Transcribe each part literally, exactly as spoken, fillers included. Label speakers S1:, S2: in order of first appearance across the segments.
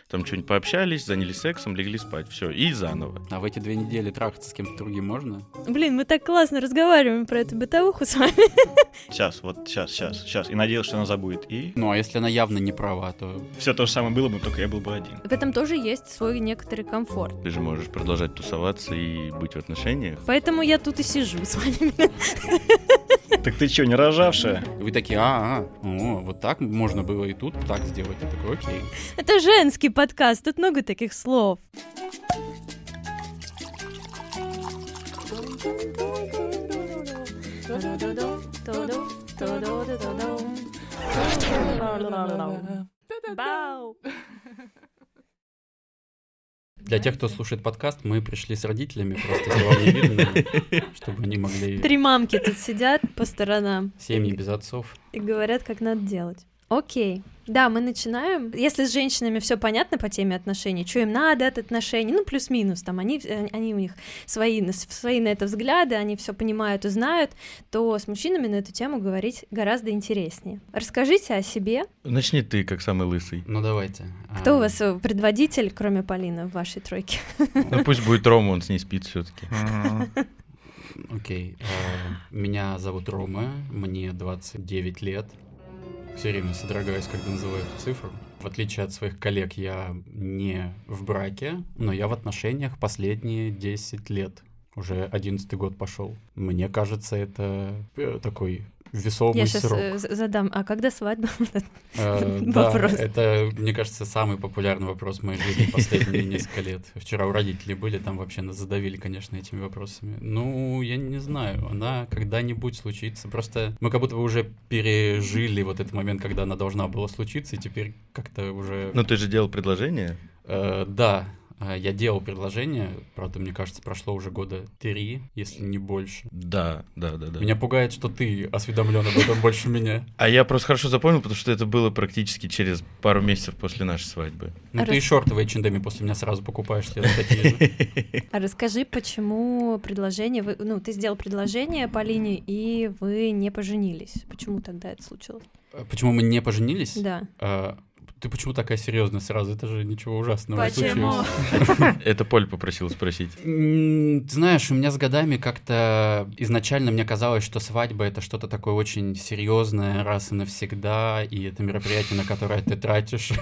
S1: Там что-нибудь пообщались, занялись сексом, легли спать. Все, и заново.
S2: А в эти две недели трахаться с кем-то другим можно?
S3: Блин, мы так классно разговариваем про эту бытовуху с вами.
S4: Сейчас, вот сейчас, сейчас, сейчас. И надеялся, что она забудет. И
S2: Ну, а если она явно не права, то...
S4: все то же самое было бы, только я был бы один.
S3: В этом тоже есть свой некоторый комфорт.
S1: Ты же можешь продолжать тусоваться и быть в отношениях.
S3: Поэтому я тут и сижу с вами.
S4: Так ты что, не рожавшая?
S2: И вы такие, а, а, о, вот так можно было и тут так сделать. Я такой, окей.
S3: Это женский подкаст, тут много таких слов. Бау.
S2: Для тех, кто слушает подкаст, мы пришли с родителями, просто если вам не видно, чтобы они могли...
S3: Три мамки тут сидят по сторонам.
S2: Семьи без отцов.
S3: И говорят, как надо делать. Окей. Да, мы начинаем. Если с женщинами все понятно по теме отношений, что им надо от отношений, ну, плюс-минус, там, они, они у них свои, свои на это взгляды, они все понимают и знают, то с мужчинами на эту тему говорить гораздо интереснее. Расскажите о себе.
S1: Начни ты, как самый лысый.
S2: Ну, давайте.
S3: Кто
S2: А,
S3: у вас предводитель, кроме Полины, в вашей тройке?
S1: Ну пусть будет Рома, он с ней спит все-таки.
S2: Окей. А, Меня зовут Рома, мне двадцать девять лет. Все время содрогаюсь, когда называю эту цифру. В отличие от своих коллег, я не в браке, но я в отношениях последние десять лет. Уже одиннадцатый год пошел. Мне кажется, это э, такой весомый
S3: Я сейчас
S2: срок.
S3: задам, а когда свадьба?
S2: Э, Да,
S3: Вопрос.
S2: это, мне кажется, самый популярный вопрос в моей жизни последние несколько лет. Вчера у родителей были, там вообще нас задавили, конечно, этими вопросами. Ну, я не знаю, она когда-нибудь случится. Просто мы как будто бы уже пережили вот этот момент, когда она должна была случиться, и теперь как-то уже...
S1: Ну ты же делал предложение.
S2: Э, Да, э, я делал предложение, правда, мне кажется, прошло уже года три, если не больше.
S1: Да, да, да, да.
S2: Меня пугает, что ты осведомлен об этом больше меня.
S1: А я просто хорошо запомнил, потому что это было практически через пару месяцев после нашей свадьбы.
S2: Ну, ты
S3: Рас-
S2: и шорты в эйч энд эм после меня сразу покупаешь, следом такие же.
S3: А расскажи, почему предложение, вы, ну, ты сделал предложение Полине, и вы не поженились. Почему тогда это случилось?
S2: Почему мы не поженились?
S3: Да.
S2: А, Ты почему такая серьезная сразу? Это же ничего ужасного не
S3: Почему?
S2: случилось.
S1: Это Поль попросил спросить.
S2: М, Ты знаешь, у меня с годами как-то изначально мне казалось, что свадьба — это что-то такое очень серьезное, раз и навсегда, и это мероприятие, на которое ты тратишь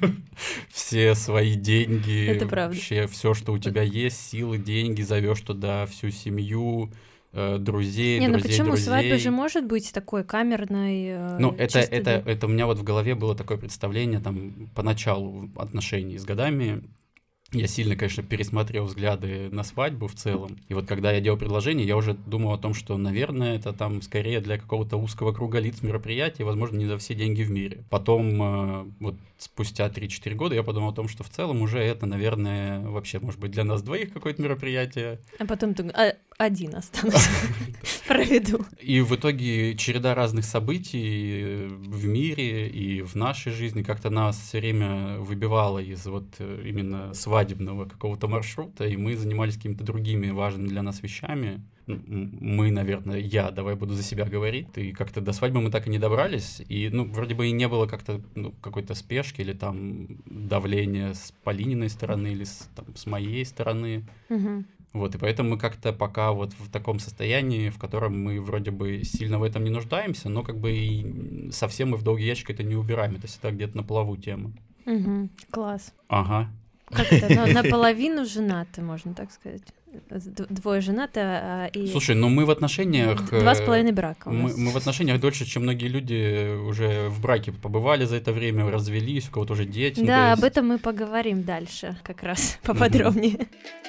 S2: все свои деньги,
S3: Это правда.
S2: вообще все, что у тебя есть, силы, деньги, зовешь туда всю семью, э, друзей,
S3: Не, ну
S2: друзей,
S3: почему?
S2: друзей.
S3: Свадьба же может быть такой камерной. э,
S2: Ну, это,
S3: чисто
S2: это,
S3: для-
S2: это у меня вот в голове было такое представление там поначалу отношений с годами. Я сильно, конечно, пересмотрел взгляды на свадьбу в целом. И вот когда я делал предложение, я уже думал о том, что, наверное, это там скорее для какого-то узкого круга лиц мероприятия, возможно, не за все деньги в мире. Потом, э, вот спустя три-четыре года, я подумал о том, что в целом уже это, наверное, вообще, может быть, для нас двоих какое-то мероприятие.
S3: А потом ты а, один останусь. Проведу.
S2: И в итоге череда разных событий в мире и в нашей жизни как-то нас все время выбивала из вот э, именно свадебного какого-то маршрута, и мы занимались какими-то другими важными для нас вещами. М, Мы, наверное, я, давай буду за себя говорить, и как-то до свадьбы мы так и не добрались, и, ну, вроде бы и не было как-то, ну, какой-то спешки или там давления с Полининой стороны или с, там, с моей стороны.
S3: Мгм.
S2: Вот, и поэтому мы как-то пока вот в таком состоянии, в котором мы вроде бы сильно в этом не нуждаемся, но как бы и совсем мы в долгий ящик это не убираем, это всегда где-то на плаву тема.
S3: Мгм. Класс.
S2: Ага.
S3: Как это? На- Наполовину женаты, можно так сказать. Д- Двое женаты, а и
S2: Слушай, ну мы в отношениях...
S3: два
S2: э,
S3: с половиной брака у
S2: Мы,
S3: нас.
S2: мы в отношениях дольше, чем многие люди уже в браке побывали за это время, развелись, у кого-то уже дети. ну, то
S3: Да,
S2: есть-
S3: об этом мы поговорим дальше, как раз поподробнее.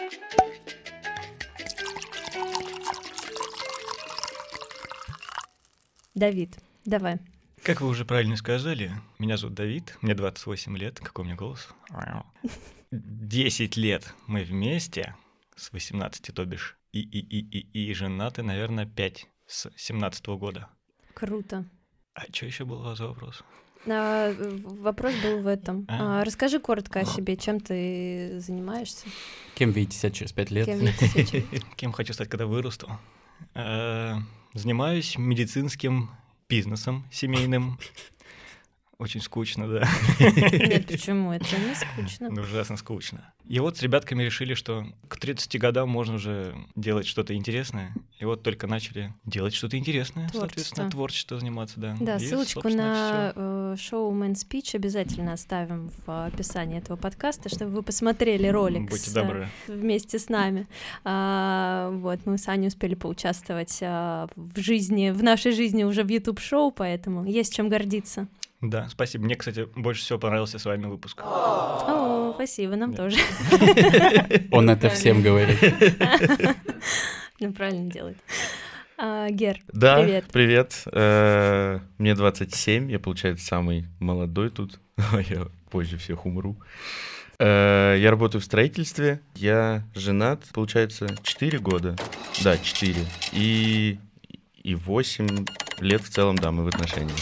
S3: Давид, давай.
S4: Как вы уже правильно сказали, меня зовут Давид, мне двадцать восемь лет, какой у меня голос? десять лет мы вместе, с восемнадцати, то бишь, и, и, и, и, и женаты, наверное, пять с семнадцатого года.
S3: Круто.
S4: А что еще был за вопрос?
S3: А, в- вопрос был в этом.
S4: А.
S3: А, расскажи коротко о себе, чем ты занимаешься.
S2: Кем видите себя через пять лет?
S3: Кем видите себя чем-
S4: Кем хочу стать, когда вырасту? Э, Занимаюсь медицинским бизнесом семейным. Очень скучно, да.
S3: Нет, почему? Это не скучно.
S4: Ну, ужасно скучно. И вот с ребятками решили, что к тридцати годам можно уже делать что-то интересное. И вот только начали делать что-то интересное,
S3: Творчество.
S4: соответственно, творчество заниматься, да.
S3: Да,
S4: И,
S3: ссылочку
S4: собственно,
S3: на
S4: всё.
S3: э, шоу Мэн Спич обязательно оставим в описании этого подкаста, чтобы вы посмотрели ролик
S4: Будьте
S3: с,
S4: добры.
S3: вместе с нами. А, вот, мы с Аней успели поучаствовать а, в жизни, в нашей жизни уже в YouTube-шоу, поэтому есть чем гордиться.
S4: Да, спасибо. Мне, кстати, больше всего понравился с вами выпуск.
S3: О, спасибо, нам
S4: Да.
S3: тоже.
S2: Он это всем говорит.
S3: Ну, правильно делает. А, Гер,
S1: Да,
S3: привет.
S1: привет. Э, Мне двадцать семь, я, получается, самый молодой тут. Я позже всех умру. Э, Я работаю в строительстве, я женат, получается, четыре года. Да, четыре. И, и восемь лет в целом, да, мы в отношениях.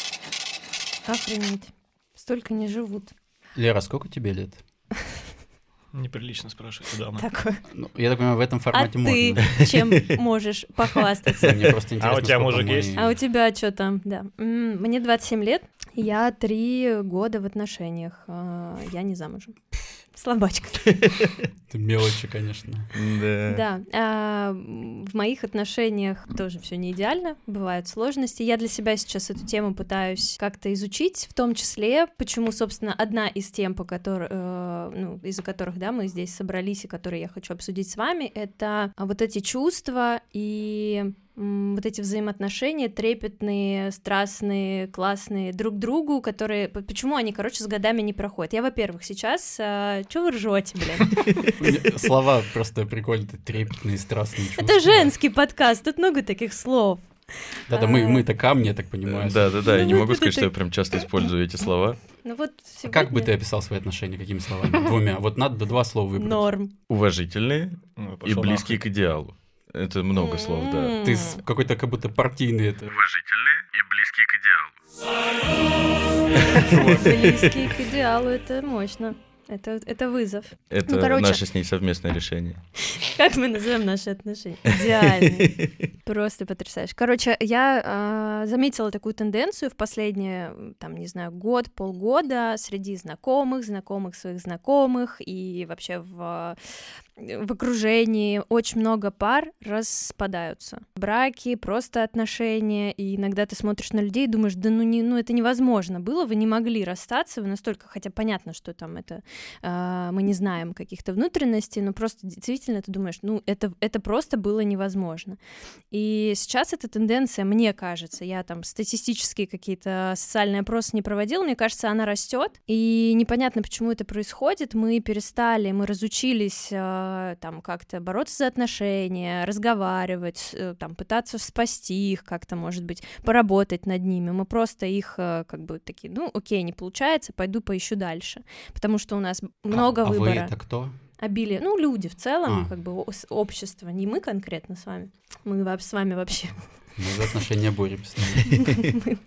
S3: Охренеть. Столько не живут.
S2: Лера, сколько тебе лет?
S4: Неприлично спрашивать у дамы.
S3: Такое.
S2: Ну, я так понимаю, в этом
S3: А
S2: формате
S3: ты
S2: можно.
S3: чем можешь похвастаться?
S2: Мне просто интересно,
S4: у тебя
S2: сколько
S4: мужик
S2: мы-
S4: есть?
S3: А у тебя что там? Да. М, Мне двадцать семь лет, я три года в отношениях. а, Я не замужем. Слабачка.
S2: Это мелочи, конечно.
S1: Да.
S3: Да. а, м, В моих отношениях тоже все не идеально, бывают сложности. Я для себя сейчас эту тему пытаюсь как-то изучить, в том числе, почему, собственно, одна из тем, по которой, э, ну, из-за которых, да, мы здесь собрались и которые я хочу обсудить с вами, это вот эти чувства и м, вот эти взаимоотношения трепетные, страстные, классные друг к другу, которые... п- Почему они, короче, с годами не проходят? Я, во-первых, сейчас... Чего вы ржете, блин?
S2: Слова просто прикольные, трепетные, страстные чувства.
S3: Это женский подкаст, тут много таких слов.
S2: Да-да, мы, мы-то камни, я так понимаю.
S1: Да-да-да, я
S3: Ну
S1: не
S3: вот
S1: могу
S3: это
S1: сказать, что
S3: ты-
S1: я прям часто использую эти слова.
S3: Ну вот
S2: А
S3: сегодня...
S2: как бы ты описал свои отношения, какими словами? Двумя. Вот надо два слова выбрать.
S3: Норм.
S1: Уважительные
S4: Ну,
S1: и
S4: пошёл
S1: близкие
S4: нахуй.
S1: к идеалу. Это много слов, да.
S2: Ты с- какой-то как будто партийный это.
S1: Уважительные и близкие к идеалу.
S3: Близкий к идеалу, это мощно. Это, это вызов.
S1: Это
S3: Ну, короче.
S1: наше с ней совместное решение.
S3: Как мы назовем наши отношения? Идеальные. Просто потрясающе. Короче, я а, заметила такую тенденцию в последние, там, не знаю, год, полгода среди знакомых, знакомых своих знакомых и вообще в, в окружении очень много пар распадаются. Браки, просто отношения, и иногда ты смотришь на людей и думаешь, да ну, не, ну это невозможно было, вы не могли расстаться, вы настолько, хотя понятно, что там это а, мы не знаем каких-то внутренностей, но просто действительно ты думаешь, ну это, это просто было невозможно. И сейчас эта тенденция, мне кажется, я там статистические какие-то социальные опросы не проводила, мне кажется, она растет, и непонятно, почему это происходит, мы перестали, мы разучились а, там как-то бороться за отношения, разговаривать, э, там пытаться спасти их как-то, может быть, поработать над ними, мы просто их э, как бы такие, ну окей, не получается, пойду поищу дальше, потому что у нас много
S2: а, а
S3: выбора.
S2: вы это кто?
S3: Обилие, ну, люди в целом,
S2: А.
S3: как бы о- с- общество, не мы конкретно с вами, мы вообще с вами вообще
S2: Мы за отношения боремся.
S3: мы,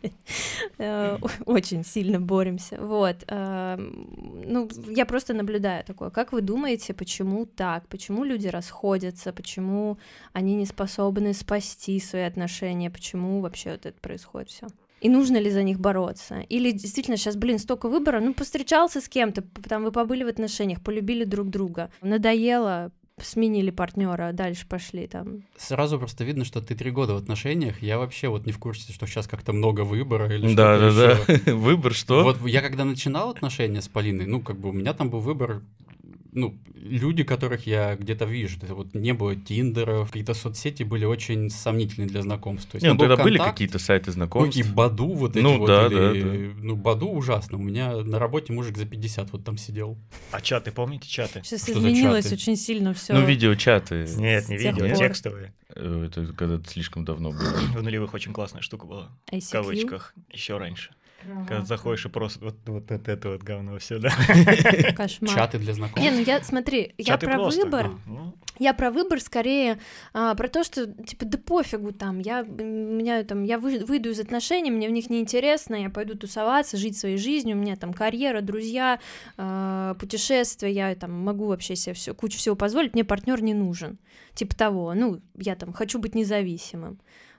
S3: э, очень сильно боремся, вот, э, ну, я просто наблюдаю такое, как вы думаете, почему так, почему люди расходятся, почему они не способны спасти свои отношения, почему вообще вот это происходит все? И нужно ли за них бороться? Или действительно сейчас, блин, столько выбора, ну, повстречался с кем-то, там вы побыли в отношениях, полюбили друг друга, надоело, сменили партнера, дальше пошли там.
S2: Сразу просто видно, что ты три года в отношениях. Я вообще вот не в курсе, что сейчас как-то много выбора или
S1: Да,
S2: что-то
S1: да,
S2: ещё.
S1: да. Выбор что?
S2: Вот я когда начинал отношения с Полиной, ну, как бы у меня там был выбор, ну, люди, которых я где-то вижу. Это вот не было Тиндера, какие-то соцсети были очень сомнительны для знакомств. То есть,
S1: Не, ну
S2: был
S1: тогда были
S2: «Контакт»,
S1: какие-то сайты
S2: ну,
S1: знакомств.
S2: и Баду вот эти
S1: Ну,
S2: вот,
S1: да,
S2: или- ну, Баду ужасно. У меня на работе мужик за пятьдесят вот там сидел.
S4: А чаты, помните чаты?
S3: Сейчас
S2: Что за
S3: изменилось
S2: чаты?
S3: очень сильно все.
S1: Ну, видеочаты.
S4: Нет, не
S3: С тех
S4: видео,
S3: пор.
S4: текстовые.
S1: Э, Это когда-то слишком давно было.
S4: В нулевых очень классная штука была.
S3: ай
S4: В
S3: си кью.
S4: кавычках. Еще раньше. Когда заходишь и просто вот, вот, вот это вот говно все, да.
S3: Кошмар.
S2: Чаты для знакомств.
S3: Не, ну я, смотри, я
S4: Чаты
S3: про
S4: просто.
S3: выбор,
S4: Ну,
S3: я про выбор скорее, а, про то, что, типа, да пофигу там, я, у меня там, я вы- выйду из отношений, мне в них неинтересно, я пойду тусоваться, жить своей жизнью, у меня там карьера, друзья, а, путешествия, я там могу вообще себе всё, кучу всего позволить, мне партнер не нужен, типа того, ну, я там хочу быть независимым.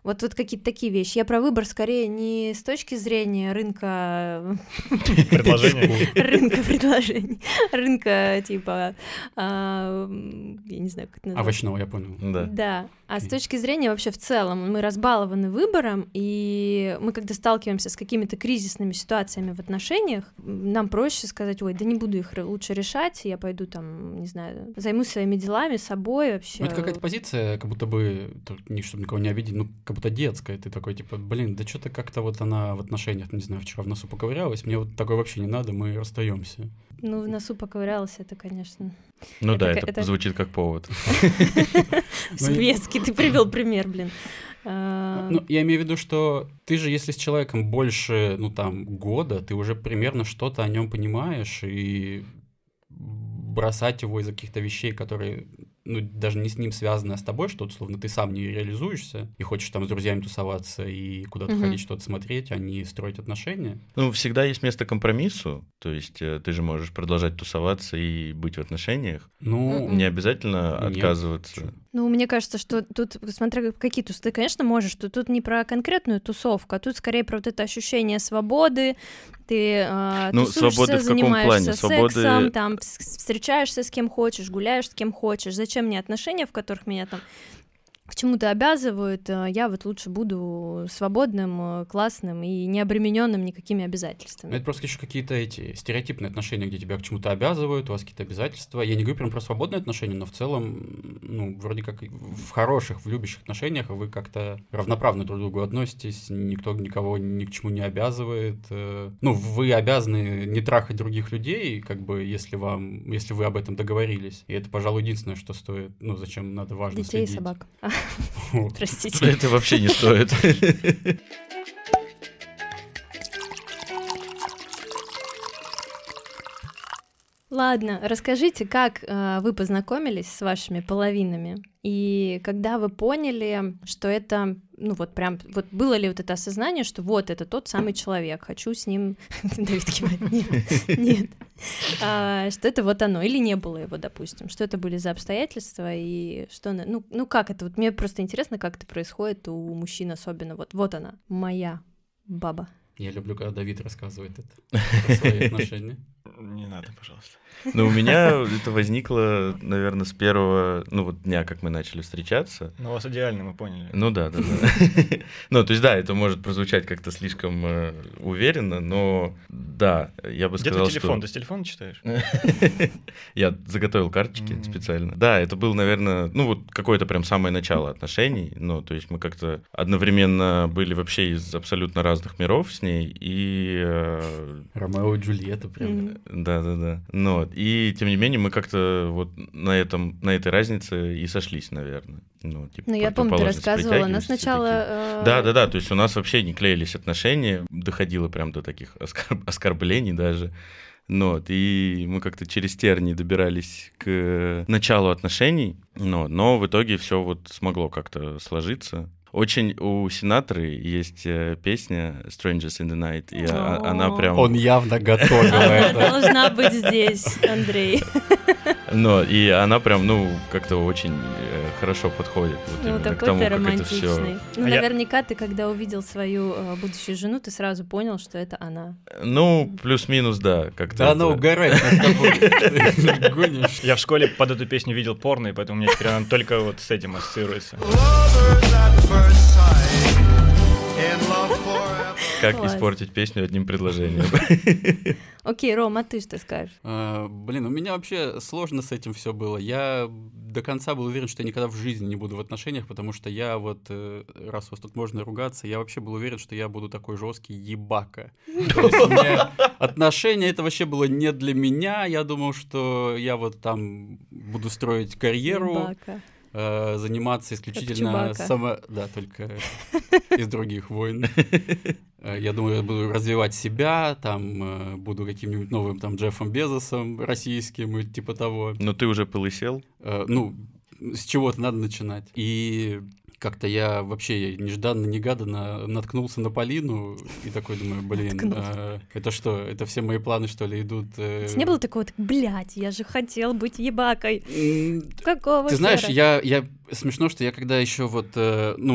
S3: Вот, вот какие-то такие вещи. Я про выбор скорее не с точки зрения рынка...
S4: Предложение.
S3: Рынка предложений. Рынка, типа, я не знаю, как это называется.
S2: Овощного, я понял.
S1: Да.
S3: Да, а с
S2: Окей.
S3: точки зрения вообще в целом, мы разбалованы выбором, и мы когда сталкиваемся с какими-то кризисными ситуациями в отношениях, нам проще сказать, ой, да не буду их лучше решать, я пойду там, не знаю, займусь своими делами, собой вообще.
S2: Ну, это какая-то позиция, как будто бы, не, чтобы никого не обидеть, ну, как будто детская. Ты такой, типа, блин, да что-то как-то вот она в отношениях, не знаю, вчера в носу поковырялась, мне вот такое вообще не надо, мы расстаемся.
S3: Ну, в носу поковырялась, это, конечно...
S1: Ну
S3: Это
S1: да,
S3: ка-
S1: это,
S3: это-
S1: звучит как повод.
S3: Светский, ты привел пример, блин. А,
S2: Ну, я имею в виду, что ты же, если с человеком больше, ну, там, года, ты уже примерно что-то о нем понимаешь, и бросать его из-за каких-то вещей, которые, ну, даже не с ним связаны, а с тобой, что, условно, ты сам не реализуешься и хочешь там с друзьями тусоваться и куда-то
S3: Мгм.
S2: ходить, что-то смотреть, а не строить отношения.
S1: Ну, всегда есть место компромиссу, то есть э, ты же можешь продолжать тусоваться и быть в отношениях.
S2: Ну,
S3: Мгм.
S1: Не обязательно
S2: Нет.
S1: отказываться.
S3: Ну, мне кажется, что тут, смотря какие тусовки, ты, конечно, можешь, что тут не про конкретную тусовку, а тут скорее про вот это ощущение свободы, ты э,
S1: Ну,
S3: тусуешься,
S1: свободы в каком
S3: занимаешься
S1: плане? Свободы-
S3: сексом, там, вс- встречаешься с кем хочешь, гуляешь с кем хочешь. Зачем мне отношения, в которых меня там к чему-то обязывают? Э, Я вот лучше буду свободным, э, классным и не обремененным никакими
S2: ну,
S3: обязательствами.
S2: это просто еще какие-то эти стереотипные отношения, где тебя к чему-то обязывают, у вас какие-то обязательства. Я не говорю прям про свободные отношения, но в целом, ну, вроде как и в хороших, в любящих отношениях вы как-то равноправно друг к другу относитесь, никто никого ни к чему не обязывает. э. Ну, вы обязаны не трахать других людей, как бы, если вам, если вы об этом договорились. И это, пожалуй, единственное, что стоит, ну, зачем надо важно
S3: Детей и
S2: следить.
S3: собак. А,
S2: Вот.
S3: Простите.
S1: Это вообще не стоит.
S3: Ладно, расскажите, как э, вы познакомились с вашими половинами, и когда вы поняли, что это, ну вот прям, вот было ли вот это осознание, что вот это тот самый человек, хочу с ним, Давид кивает, нет, нет, А, что это вот оно, или не было его, допустим, что это были за обстоятельства, и что, на- ну, ну как это, вот мне просто интересно, как это происходит у мужчин особенно, вот, вот она, моя баба.
S2: Я люблю, когда Давид рассказывает это про свои отношения.
S4: Не надо, пожалуйста.
S1: Ну, у меня это возникло, наверное, с первого, ну, вот дня, как мы начали встречаться.
S4: Ну, у вас идеально, мы поняли.
S1: Ну да, да, да. Ну, то есть, да, это может прозвучать как-то слишком э, уверенно, но да, я бы
S4: Где
S1: сказал,
S4: твой телефон?
S1: что...
S4: Ты с телефона читаешь?
S1: Я заготовил карточки
S4: Мгм.
S1: специально. Да, это был, наверное, ну вот какое-то прям самое начало отношений. Ну, то есть мы как-то одновременно были вообще из абсолютно разных миров с ней. И э,
S2: Ромео и Джульетта прям.
S3: М.
S1: да-да-да. Ну, вот. И тем не менее мы как-то вот на этом, на этой разнице и сошлись, наверное. Ну, типа,
S3: Ну, я помню, ты
S1: противоположности
S3: рассказывала, она
S1: притягивались
S3: сначала...
S1: такие.
S3: э,
S1: Да, да, да. То есть у нас вообще не клеились отношения, доходило прям до таких оскор- оскорблений даже. Ну, вот, и мы как-то через тернии добирались к началу отношений, но, но в итоге все вот смогло как-то сложиться. Очень у Синатры есть э, песня «Strangers in the Night», и а-
S3: О.
S1: она прям...
S2: Он явно готовил
S3: Она
S2: это.
S3: должна быть здесь, Андрей.
S1: Но, и она прям, ну, как-то очень э, хорошо подходит вот
S3: Ну,
S1: именно к
S3: такой
S1: тому,
S3: ты
S1: как это
S3: романтичный.
S1: все.
S3: Ну,
S4: А я-
S3: наверняка ты, когда увидел свою э, будущую жену, ты сразу понял, что это она.
S1: Ну, плюс-минус, да, как-то.
S2: Да она
S1: это-
S2: угорает над тобой. Ты гонишь.
S4: Я в школе под эту песню видел порно, и поэтому у меня теперь она только вот с этим ассоциируется.
S1: Как
S3: Класс.
S1: испортить песню одним предложением.
S3: Окей, Ром, а ты что скажешь?
S2: А, Блин, у меня вообще сложно с этим все было. Я до конца был уверен, что я никогда в жизни не буду в отношениях, потому что я вот, э, раз у вас тут можно ругаться, я вообще был уверен, что я буду такой жесткий ебака. То есть мне отношения это вообще было не для меня. Я думал, что я вот там буду строить карьеру,
S3: Бака.
S2: э, заниматься исключительно
S3: Чубака.
S2: само... Да, только из других войн. Э, Я думаю, я буду развивать себя, там э, буду каким-нибудь новым там Джеффом Безосом российским и типа того.
S1: Но ты уже полысел?
S2: Э, Ну, с чего-то надо начинать. И как-то я вообще нежданно-негаданно наткнулся на Полину и такой думаю, блин,
S3: Наткнулся.
S2: э, это что, это все мои планы, что ли, идут... э,
S3: Не было такого, так, блядь, я же хотел быть ебакой.
S2: м,
S3: Какого
S2: Ты знаешь,
S3: хера?
S2: я, я смешно, что я когда еще вот, э, ну,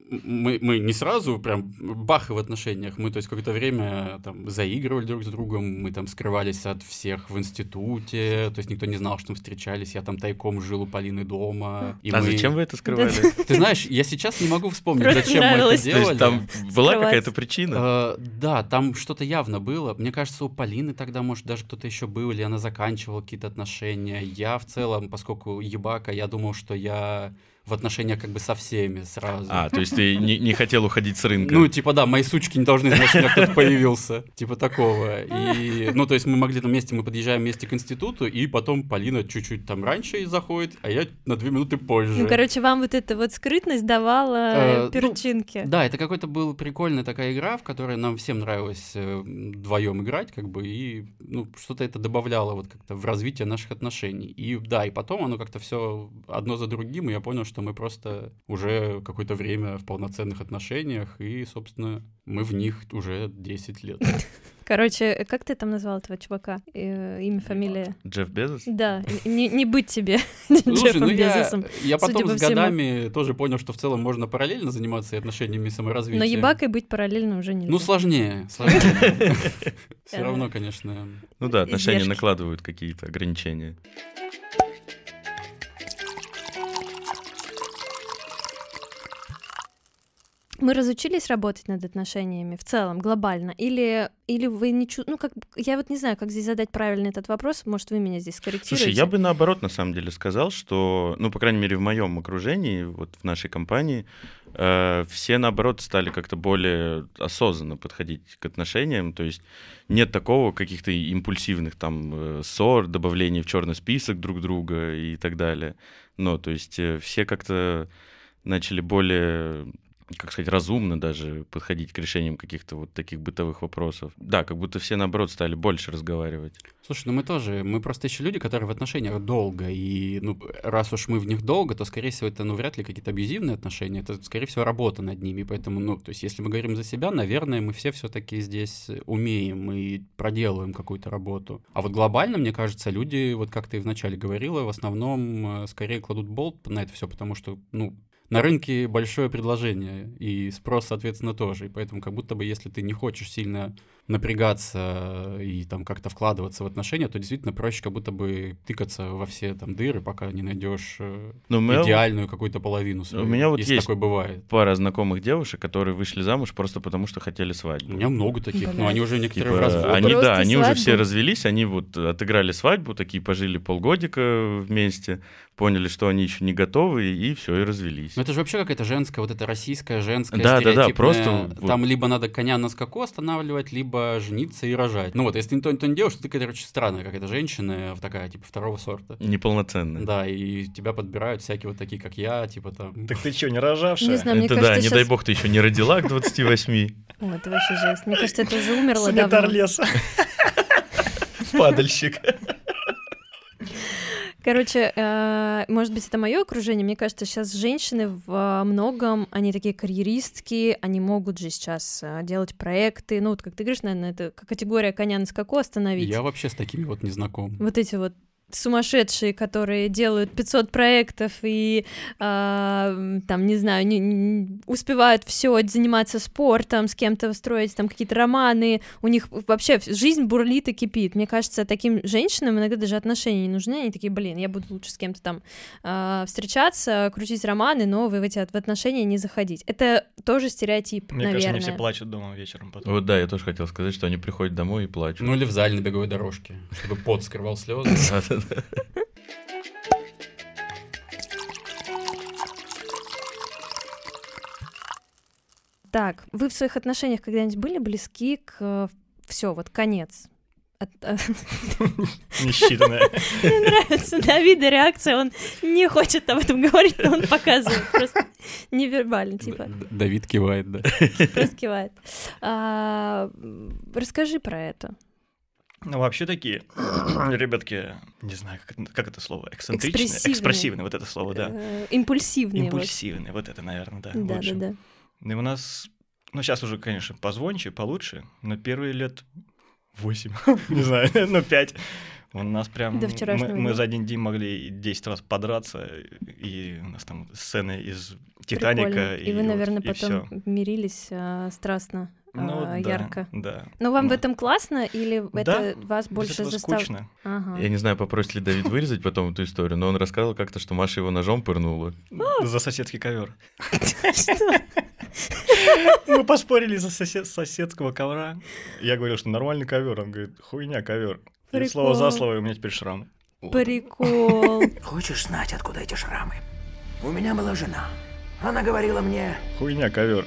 S2: мы, мы не сразу прям бах в отношениях, мы, то есть, какое-то время там заигрывали друг с другом, мы там скрывались от всех в институте, то есть, никто не знал, что мы встречались, я там тайком жил у Полины дома. И
S1: а
S2: мы...
S1: зачем вы это скрывали?
S2: Ты знаешь, я сейчас не могу вспомнить,
S3: Просто
S2: зачем мы
S3: нравилось.
S2: это делали.
S1: То есть там была
S3: Скрывать.
S1: какая-то причина?
S2: Э, да, там что-то явно было. Мне кажется, у Полины тогда, может, даже кто-то еще был, или она заканчивала какие-то отношения. Я в целом, поскольку ебака, я думал, что я в отношениях как бы со всеми сразу.
S1: А, то есть ты не, не хотел уходить с рынка?
S2: Ну, типа, да, мои сучки не должны знать, что у меня кто-то появился. Типа такого. И, ну, то есть мы могли там вместе, мы подъезжаем вместе к институту, и потом Полина чуть-чуть там раньше заходит, а я на две минуты позже.
S3: Ну, короче, вам вот эта вот скрытность давала
S2: Э,
S3: перчинки.
S2: Да, это какой-то был прикольная такая игра, в которой нам всем нравилось э, вдвоем играть, как бы, и ну, что-то это добавляло вот как-то в развитие наших отношений. И да, и потом оно как-то все одно за другим, и я понял, что мы просто уже какое-то время в полноценных отношениях, и, собственно, мы в них уже десять лет.
S3: Короче, как ты там назвал этого чувака? Э, имя, фамилия?
S1: Джефф Безос?
S3: Да, не, не быть тебе
S2: Слушай,
S3: Джеффом
S2: ну я,
S3: Безосом.
S2: я
S3: судя
S2: потом
S3: по
S2: с
S3: всему.
S2: годами тоже понял, что в целом можно параллельно заниматься и отношениями, и саморазвитием.
S3: Но ебакой быть параллельно уже нельзя.
S2: Ну, сложнее, сложнее. Все равно, конечно.
S1: Ну да, отношения
S3: Издержки.
S1: накладывают какие-то ограничения.
S3: Мы разучились работать над отношениями в целом, глобально? Или, или вы не чувствуете... Ну, как... Я вот не знаю, как здесь задать правильно этот вопрос. Может, вы меня здесь скорректируете?
S1: Слушай, я бы наоборот, на самом деле, сказал, что, ну, по крайней мере, в моем окружении, вот в нашей компании, э, все, наоборот, стали как-то более осознанно подходить к отношениям. То есть нет такого каких-то импульсивных там э, ссор, добавлений в черный список друг друга и так далее. Но, то есть э, все как-то начали более... как сказать, разумно даже подходить к решениям каких-то вот таких бытовых вопросов. Да, как будто все, наоборот, стали больше разговаривать.
S2: Слушай, ну мы тоже, мы просто еще люди, которые в отношениях долго, и ну, раз уж мы в них долго, то, скорее всего, это, ну, вряд ли какие-то абьюзивные отношения, это, скорее всего, работа над ними, поэтому, ну, то есть, если мы говорим за себя, наверное, мы все все-таки здесь умеем и проделываем какую-то работу. А вот глобально, мне кажется, люди, вот как ты вначале говорила, в основном, э, скорее кладут болт на это все, потому что, ну, на рынке большое предложение, и спрос, соответственно, тоже. И поэтому как будто бы, если ты не хочешь сильно напрягаться и там как-то вкладываться в отношения, то действительно проще как будто бы тыкаться во все там дыры, пока не найдешь э,
S1: Но мы-
S2: идеальную какую-то половину свою.
S1: У меня вот
S2: если
S1: есть
S2: такое бывает.
S1: Пара знакомых девушек, которые вышли замуж просто потому, что хотели свадьбу.
S2: У меня много таких, но
S3: Блядь.
S2: они уже некоторые
S1: Типа,
S2: в разводе.
S1: они,
S3: Просто
S1: да, они уже
S3: свадьбу.
S1: все развелись, они вот отыграли свадьбу, такие пожили полгодика вместе, поняли, что они еще не готовы, и все, и развелись.
S2: Ну это же вообще какая-то женская, вот эта российская, женская,
S1: Да, да, да,
S2: стереотипная.
S1: просто вот-
S2: Там либо надо коня на скаку останавливать, либо жениться и рожать. Ну вот, если никто, никто не делаешь, то ты, короче, странная какая-то женщина, такая, типа, второго сорта.
S1: Неполноценные.
S2: Да, и тебя подбирают всякие вот такие, как я, типа там...
S4: Так ты что, не рожавшая?
S3: Не знаю, мне
S1: Это
S3: кажется,
S1: да, не
S3: щас-
S1: дай бог, ты еще не родила к двадцати восьми.
S3: О, это вообще жесть. Мне кажется, это уже умерло
S4: Санитар
S3: давно.
S4: леса. Падальщик.
S3: Короче, э, может быть, это мое окружение. Мне кажется, сейчас женщины в многом, они такие карьеристки, они могут же сейчас э, делать проекты. Ну, вот как ты говоришь, наверное, это категория коня на скаку остановить.
S2: Я вообще с такими вот не знаком.
S3: Вот эти вот сумасшедшие, которые делают пятьсот проектов и а, там, не знаю, не, не успевают все заниматься спортом, с кем-то строить там какие-то романы, у них вообще жизнь бурлит и кипит. Мне кажется, таким женщинам иногда даже отношения не нужны, они такие, блин, я буду лучше с кем-то там а, встречаться, крутить романы, но в эти в отношения не заходить. Это тоже стереотип,
S4: Мне
S3: наверное.
S4: кажется, они все плачут дома вечером потом.
S1: Вот да, я тоже хотел сказать, что они приходят домой и плачут.
S2: Ну или в зале на беговой дорожке, чтобы пот скрывал слезы.
S1: Да-да-да.
S3: Так, вы в своих отношениях когда-нибудь были близки к все, вот конец? От-
S4: Несчитанное.
S3: Мне нравится Давида реакция, он не хочет об этом говорить, но он показывает просто невербально, типа,
S2: Д- Давид кивает, да.
S3: просто кивает. А, расскажи про это.
S4: Ну, вообще такие, ребятки, не знаю, как, это- как это слово, эксцентричные,
S3: Экспрессивные.
S4: экспрессивные, вот это слово, да.
S3: Э, Импульсивные. вот.
S4: Импульсивные, вот это, наверное, да.
S3: Да, да,
S4: лучше.
S3: да.
S4: И у нас, ну, сейчас уже, конечно, позвонче, получше, но первые лет восемь, не знаю, ну, пять. У нас прям...
S3: До вчерашнего
S4: мы, мы
S3: дня.
S4: за один день могли десять раз подраться, и у нас там сцены из Титаника
S3: Прикольно.
S4: и
S3: И вы,
S4: вот-
S3: наверное,
S4: и
S3: потом
S4: всё.
S3: мирились а, страстно,
S4: Ну,
S3: а,
S4: да,
S3: ярко.
S4: да.
S3: Но вам
S4: Ну,
S3: в этом классно или
S4: Да,
S3: это вас
S4: без
S3: больше
S4: этого
S3: заставляет?
S4: скучно.
S3: Ага.
S1: Я не знаю, попросит ли Давид вырезать потом эту историю, но он рассказывал как-то, что Маша его ножом пырнула.
S4: За соседский ковер.
S3: Что?
S4: Мы поспорили за сосед- соседского ковра. Я говорил, что нормальный ковер. Он говорит, хуйня ковер. И
S3: Прикол.
S4: слово за слово, и у меня теперь шрам.
S3: Прикол.
S5: Хочешь знать, откуда эти шрамы? У меня была жена. Она говорила мне...
S4: Хуйня ковер.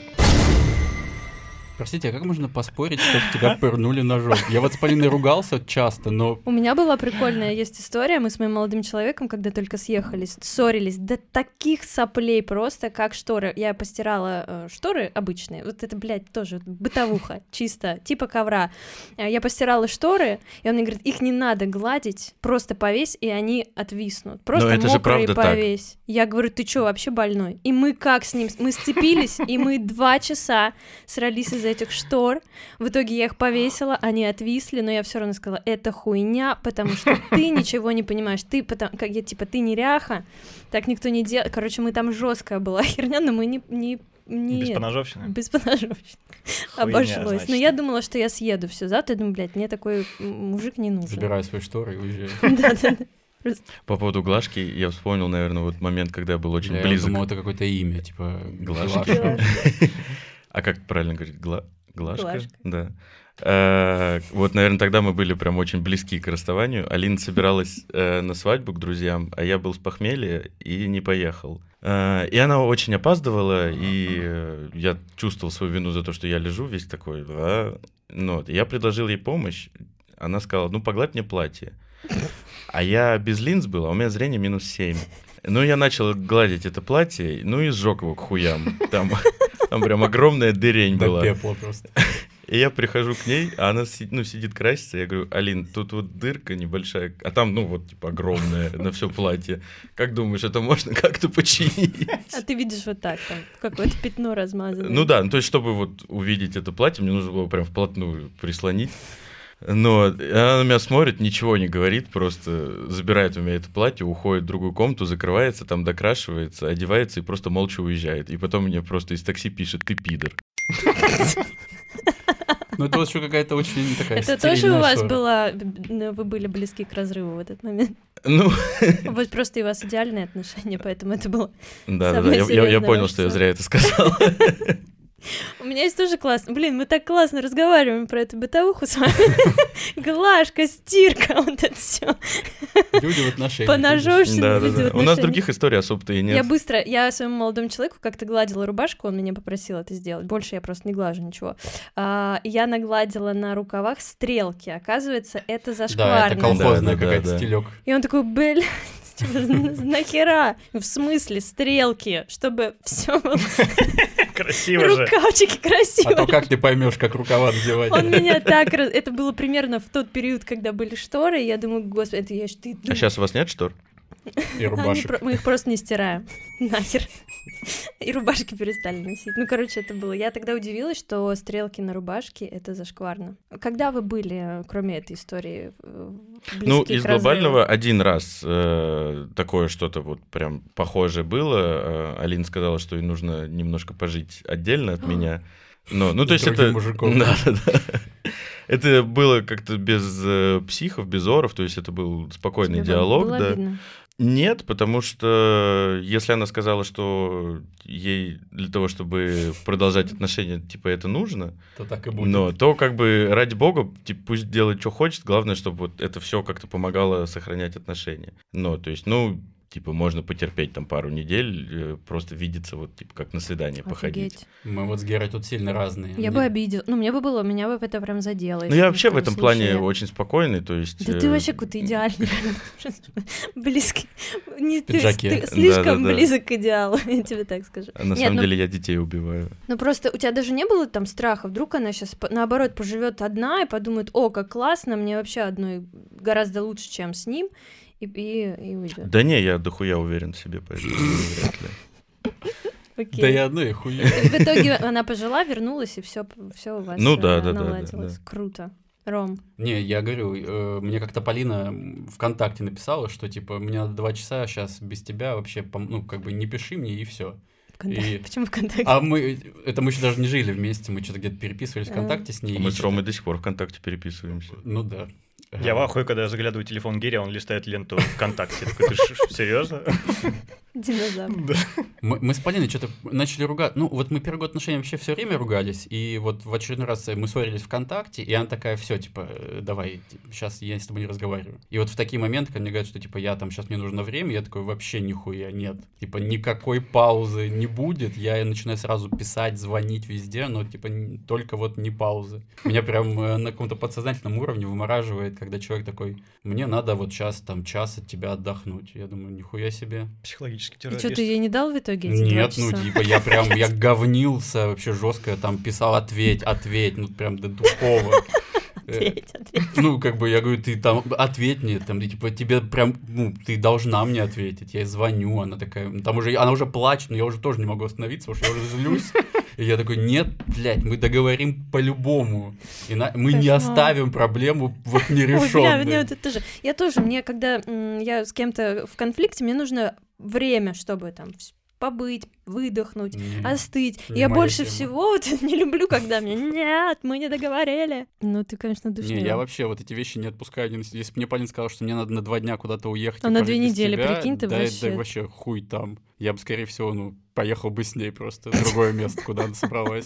S2: Простите, а как можно поспорить, чтобы тебя пырнули ножом? Я вот с Полиной ругался часто, но
S3: У меня была прикольная есть история. Мы с моим молодым человеком, когда только съехались, ссорились до таких соплей просто, как шторы. Я постирала э, шторы обычные. Вот это, блядь, тоже бытовуха, чисто, типа ковра. Э, Я постирала шторы, и он мне говорит, их не надо гладить, просто повесь, и они отвиснут. Просто
S1: это же
S3: мокрые
S1: правда так.
S3: повесь. Я говорю, ты чё, вообще больной? И мы как с ним? Мы сцепились, и мы два часа срались из этих штор. В итоге я их повесила, они отвисли, но я все равно сказала, это хуйня, потому что ты ничего не понимаешь, ты, потому, как я, типа, ты неряха, так никто не делает. Короче, мы там жесткая была херня, но мы не... не не
S4: Без поножовщины?
S3: без поножовщины.
S4: Хуйня,
S3: Обошлось.
S4: значит.
S3: Но я думала, что я съеду все завтра. Я думаю, блядь, мне такой м, мужик не нужен.
S2: забираю свои шторы и уезжаю.
S3: Да-да-да.
S1: По поводу Глашки, я вспомнил, наверное, вот момент, когда я был очень
S2: Я
S1: близок.
S2: думал, это какое-то имя, типа
S1: Глашка.
S2: Глаша.
S1: А как правильно говорить? Гла... Глашка?
S3: Глашка.
S1: Да. Э, Вот, наверное, тогда мы были прям очень близки к расставанию. Алина собиралась э, на свадьбу к друзьям, а я был с похмелья и не поехал. Э, И она очень опаздывала, и э, я чувствовал свою вину за то, что я лежу весь такой. «А». Ну, вот, я предложил ей помощь. Она сказала, ну, погладь мне платье. А я без линз был, а у меня зрение минус семь. Ну, я начал гладить это платье, ну и сжег его к хуям. Там, там прям огромная дырень
S2: До
S1: была.
S2: пепла просто.
S1: И я прихожу к ней, а она си- ну, сидит красится. Я говорю, Алин, тут вот дырка небольшая, а там, ну, вот, типа, огромная на все платье. Как думаешь, это можно как-то починить?
S3: А ты видишь вот так, там, какое-то пятно размазанное.
S1: Ну да, ну, то есть, чтобы вот увидеть это платье, мне нужно было прям вплотную прислонить. Но она на меня смотрит, ничего не говорит, просто забирает у меня это платье, уходит в другую комнату, закрывается, там докрашивается, одевается и просто молча уезжает. И потом мне просто из такси пишет, ты пидор.
S2: Ну, это вот еще какая-то очень такая
S3: Это тоже у
S2: стерильная
S3: вас
S2: ссора.
S3: было, б- вы были близки к разрыву в этот момент?
S1: Ну,
S3: Вот просто и у вас идеальные отношения, поэтому это было...
S1: да-да-да,
S3: Самое
S1: я, я- я
S3: серьезное
S1: понял,
S3: ваше
S1: что я
S3: ссора.
S1: зря это сказал.
S3: У меня есть тоже классно. Блин, мы так классно разговариваем про эту бытовуху с вами. Глажка, стирка, вот это все.
S2: Люди в отношениях.
S3: Поножовщина,
S1: Да,
S3: люди
S1: да,
S3: в
S1: да. У нас
S3: отношениях.
S1: других историй особо-то и нет.
S3: Я быстро, я своему молодому человеку как-то гладила рубашку, он меня попросил это сделать. Больше я просто не глажу ничего. А, я нагладила на рукавах стрелки. Оказывается, это
S2: Да,
S3: зашкварно.
S2: это колхозная
S1: Да, да,
S2: какая-то
S1: да.
S2: стилек.
S3: И он такой, блядь, нахера? В смысле стрелки? Чтобы все было
S4: Красиво же.
S3: рукавчики красивые.
S2: А то как ты поймешь, как рукава надевать?
S3: Он меня так... раз- Это было примерно в тот период, когда были шторы, и я думаю, господи, это я ж ты...
S1: А сейчас у вас нет штор?
S2: И
S3: Они
S2: рубашек.
S3: про- Мы их просто не стираем. Нахер. И рубашки перестали носить. Ну, короче, это было. Я тогда удивилась, что стрелки на рубашке — это зашкварно. Когда вы были, кроме этой истории, э, близки
S1: Ну,
S3: к
S1: из
S3: разрыву?
S1: глобального один раз э, такое что-то вот прям похожее было. Э, Алина сказала, что ей нужно немножко пожить отдельно от меня. Но, ну, то
S2: С
S1: есть
S2: другим
S1: это...
S2: мужиком.
S1: Да, да, да. Это было как-то без э, психов, без оров, то есть это был спокойный
S3: Тебе было-
S1: диалог,
S3: было
S1: да.
S3: обидно?
S1: Нет, потому что если она сказала, что ей для того, чтобы продолжать отношения, типа, это нужно,
S2: То так и будет.
S1: но то как бы ради бога, типа, пусть делает, что хочет, главное, чтобы вот это все как-то помогало сохранять отношения. Ну, то есть, ну, типа, можно потерпеть там пару недель, э, просто видеться вот, типа, как на свидание походить.
S3: Офигеть.
S2: Мы вот с Герой тут сильно разные.
S3: Я
S2: Мне-
S3: бы обидел. Ну, мне бы было, меня бы это прям задело.
S1: Ну,
S3: если
S1: я
S3: бы
S1: вообще в
S3: что-то
S1: этом плане
S3: случае.
S1: очень спокойный, то есть...
S3: Да
S1: э,
S3: ты вообще какой-то идеальный. Близкий. Не, ты,
S2: пиджаке.
S3: ты слишком
S1: Да-да-да.
S3: близок к идеалу, я тебе так скажу.
S1: а на
S3: Нет,
S1: самом
S3: ну-
S1: деле я детей убиваю.
S3: Ну просто у тебя даже не было там страха, вдруг она сейчас наоборот поживет одна и подумает, о, как классно, мне вообще одной гораздо лучше, чем с ним, и, и, и уйдет.
S1: Да не, я дохуя уверен в себе, поэтому вряд ли.
S3: Окей.
S2: Да я одну и хую.
S3: И в итоге она пожила, вернулась, и все, все у вас
S1: Ну
S3: э,
S1: да, да, да, да,
S3: наладилось.
S1: да.
S3: Круто. Ром,
S2: Не, я говорю, э, мне как-то Полина ВКонтакте написала, что типа мне надо два часа сейчас без тебя вообще, пом- ну как бы не пиши мне и все. И...
S3: Почему ВКонтакте?
S2: А мы, это мы еще даже не жили вместе, мы что-то где-то переписывались ВКонтакте с ней.
S1: Мы
S2: и
S1: с Ромой до сих пор ВКонтакте переписываемся.
S2: Ну да.
S4: Я в ахуе, когда я заглядываю в телефон Гири, а он листает ленту ВКонтакте. Такой, ты ш- серьезно?
S3: Динозавр.
S2: Мы, мы с Полиной что-то начали ругаться. Ну, вот мы первый год отношений вообще все время ругались, и вот в очередной раз мы ссорились ВКонтакте, и она такая, все, типа, давай, сейчас я с тобой не разговариваю. И вот в такие моменты, когда мне говорят, что, типа, я там, сейчас мне нужно время, я такой, вообще нихуя нет. Типа, никакой паузы не будет, я начинаю сразу писать, звонить везде, но, типа, только вот не паузы. Меня прям на каком-то подсознательном уровне вымораживает, когда человек такой, мне надо вот сейчас там час от тебя отдохнуть. Я думаю, нихуя себе.
S4: Психологически
S3: И
S4: террорист.
S3: что, ты ей не дал в итоге эти
S2: Нет,
S3: два
S2: ну
S3: часа?
S2: типа я прям, я говнился вообще жестко, там писал ответь, ответь, ну прям до тупого.
S3: Ответь, ответь.
S2: Ну, как бы, я говорю, ты там, ответь мне, там, типа, тебе прям, ну, ты должна мне ответить, я ей звоню, она такая, там уже, она уже плачет, но я уже тоже не могу остановиться, потому что я уже злюсь, и я такой, нет, блядь, мы договорим по-любому, и на... мы не
S3: Кошмар.
S2: оставим проблему вот
S3: Ой, бля,
S2: нерешенной.
S3: мне вот это тоже. Я тоже, мне, когда м, я с кем-то в конфликте, мне нужно время, чтобы там вс- побыть, выдохнуть,
S2: Не.
S3: остыть.
S2: не
S3: Я
S2: моя
S3: больше
S2: тема.
S3: всего вот не люблю, когда мне нет, мы не договорили. Ну, ты, конечно, душнила.
S2: Не, я вообще вот эти вещи не отпускаю. ни на с- Если бы мне Полин сказал, что мне надо на два дня куда-то уехать,
S3: А
S2: и
S3: на
S2: пожить
S3: две
S2: без
S3: недели,
S2: тебя,
S3: прикинь, ты
S2: да,
S3: вообще-
S2: да вообще хуй там. Я бы, скорее всего, ну, поехал бы с ней просто в другое место, куда она собралась.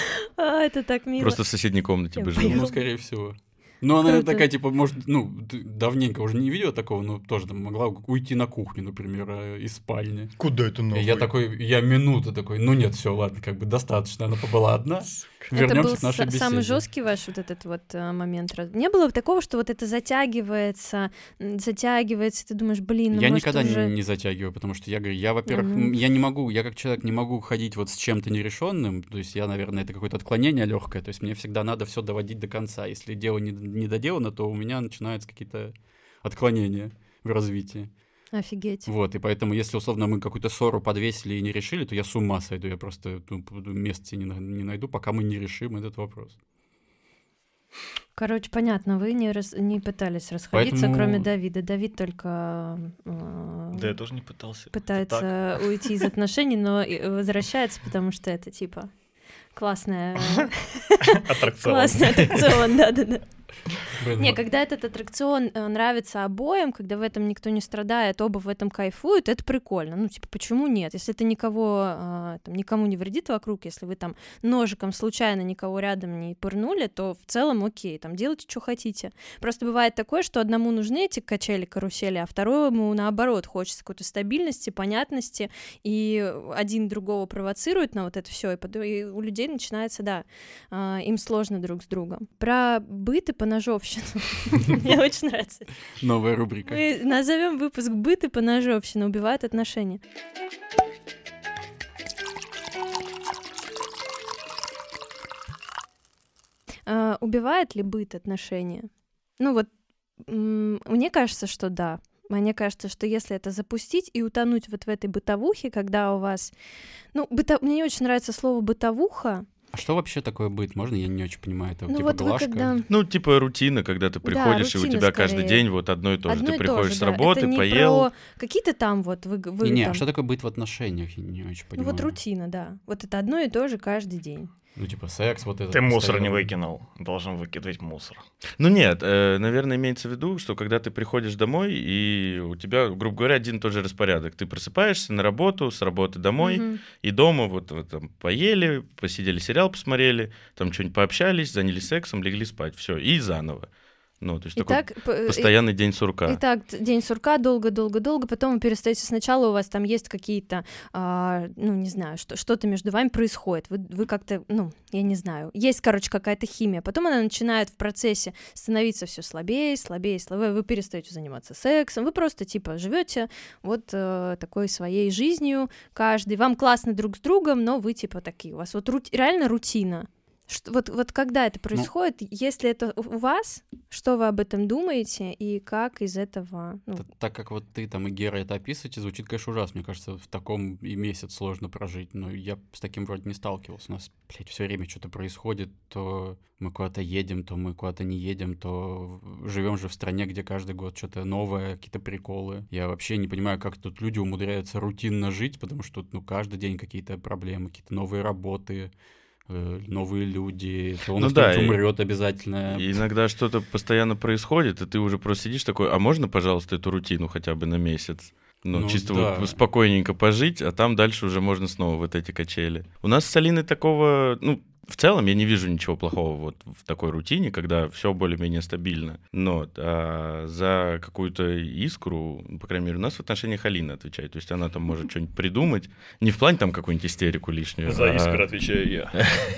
S3: А, это так мило.
S1: Просто в соседней комнате
S3: Я
S1: бы
S3: поняла.
S1: жил.
S2: Ну, скорее всего. Ну, она
S3: Круто.
S2: такая, типа, может, ну, д- давненько уже не видела такого, но тоже там могла уйти на кухню, например, э, из спальни.
S4: Куда это
S2: И
S4: нахуй?
S2: я такой, я минуту такой, ну нет, все, ладно, как бы достаточно, она побыла одна.
S3: Это
S2: Вернемся
S3: был
S2: к нашей
S3: са-
S2: беседе.
S3: самый жесткий ваш вот этот вот э, момент. раз- Не было такого, что вот это затягивается, м, затягивается, и ты думаешь, блин, ну
S2: Я
S3: может
S2: никогда не-
S3: уже...
S2: не затягиваю, потому что я говорю, я, во-первых,
S3: Мгм.
S2: м, я не могу, я как человек не могу ходить вот с чем-то нерешенным, то есть я, наверное, это какое-то отклонение легкое, то есть мне всегда надо все доводить до конца. Если дело не, не доделано, то у меня начинаются какие-то отклонения в развитии.
S3: Офигеть.
S2: Вот, и поэтому, если, условно, мы какую-то ссору подвесили и не решили, то я с ума сойду, я просто ну, места себе не, на- не найду, пока мы не решим этот вопрос.
S3: Короче, понятно, вы не, рас- не пытались расходиться,
S2: Поэтому-
S3: кроме Давида. Давид только э,
S4: Да, я тоже не пытался.
S3: пытается уйти из отношений, но и возвращается, потому что это типа классная,
S4: Аттракцион.
S3: классный аттракцион, да-да-да.
S2: Блин,
S3: Не,
S2: вот
S3: когда этот аттракцион э, нравится обоим, когда в этом никто не страдает, оба в этом кайфуют, это прикольно. Ну, типа, почему нет? Если это никого, э, там, никому не вредит вокруг, если вы там ножиком случайно никого рядом не пырнули, то в целом окей, там, делайте, что хотите. Просто бывает такое, что одному нужны эти качели, карусели, а второму, наоборот, хочется какой-то стабильности, понятности, и один другого провоцирует на вот это все, и, под- и у людей начинается, да, э, им сложно друг с другом. Про быт и поножовщину. Мне очень нравится.
S2: новая рубрика.
S3: Мы назовем выпуск «Быт и поножовщина убивают отношения». А, убивает ли быт отношения? Ну вот, м, мне кажется, что да. Мне кажется, что если это запустить и утонуть вот в этой бытовухе, когда у вас... Ну, быто... мне не очень нравится слово «бытовуха».
S2: А что вообще такое быт? Можно? Я не очень понимаю. Это
S3: Ну
S2: типа
S3: вот вы
S2: глажка?
S3: когда...
S1: Ну, типа рутина, когда ты приходишь, и у
S3: рутина
S1: тебя каждый
S3: скорее.
S1: день вот одно и то же.
S3: Одно
S1: Ты
S3: и то
S1: приходишь
S3: же,
S1: с
S3: да.
S1: работы,
S3: Это не
S1: поел.
S3: про какие-то там вот вы, вы
S2: Не, не,
S3: там...
S2: а что такое быт в отношениях? Я не очень
S3: Ну
S2: понимаю.
S3: вот рутина, да. Вот это одно и то же каждый день.
S2: Ну, типа секс, вот это.
S4: Ты мусор не
S2: постоянно.
S4: выкинул. Должен выкидывать мусор.
S1: Ну нет, э, наверное, имеется в виду, что когда ты приходишь домой, и у тебя, грубо говоря, один и тот же распорядок. Ты просыпаешься на работу, с работы домой,
S3: Мгм.
S1: и дома вот, вот там поели, посидели, сериал посмотрели, там что-нибудь пообщались, занялись сексом, легли спать. Все, и заново. Ну, то есть такой
S3: Итак, п-
S1: постоянный день сурка.
S3: Итак, т- день сурка, долго-долго-долго, потом вы перестаете сначала, у вас там есть какие-то, а, ну, не знаю, что, что-то между вами происходит, вы, вы как-то, ну, я не знаю, есть, короче, какая-то химия, потом она начинает в процессе становиться все слабее, слабее, слабее, вы перестаете заниматься сексом, вы просто, типа, живете вот э, такой своей жизнью каждый, вам классно друг с другом, но вы, типа, такие, у вас вот рут- реально рутина. Что, вот, вот когда это происходит, ну, если это у вас, что вы об этом думаете и как из этого... Ну...
S2: Т- так как вот ты там и Гера это описываете, звучит, конечно, ужасно. Мне кажется, в таком и месяц сложно прожить, но я с таким вроде не сталкивался. У нас, блядь, все время что-то происходит, то мы куда-то едем, то мы куда-то не едем, то живем же в стране, где каждый год что-то новое, какие-то приколы. Я вообще не понимаю, как тут люди умудряются рутинно жить, потому что тут, ну, каждый день какие-то проблемы, какие-то новые работы, новые люди, то он
S1: ну да,
S2: умрет обязательно.
S1: И иногда что-то постоянно происходит, и ты уже просто сидишь такой, а можно, пожалуйста, эту рутину хотя бы на месяц? Ну, ну чисто да. вот спокойненько пожить, а там дальше уже можно снова вот эти качели. У нас с Алиной такого, ну, в целом я не вижу ничего плохого вот в такой рутине, когда все более-менее стабильно. Но а за какую-то искру, по крайней мере, у нас в отношениях Алина отвечает. То есть она там может что-нибудь придумать. Не в плане там какую-нибудь истерику лишнюю.
S4: За
S1: а...
S4: искру отвечаю я.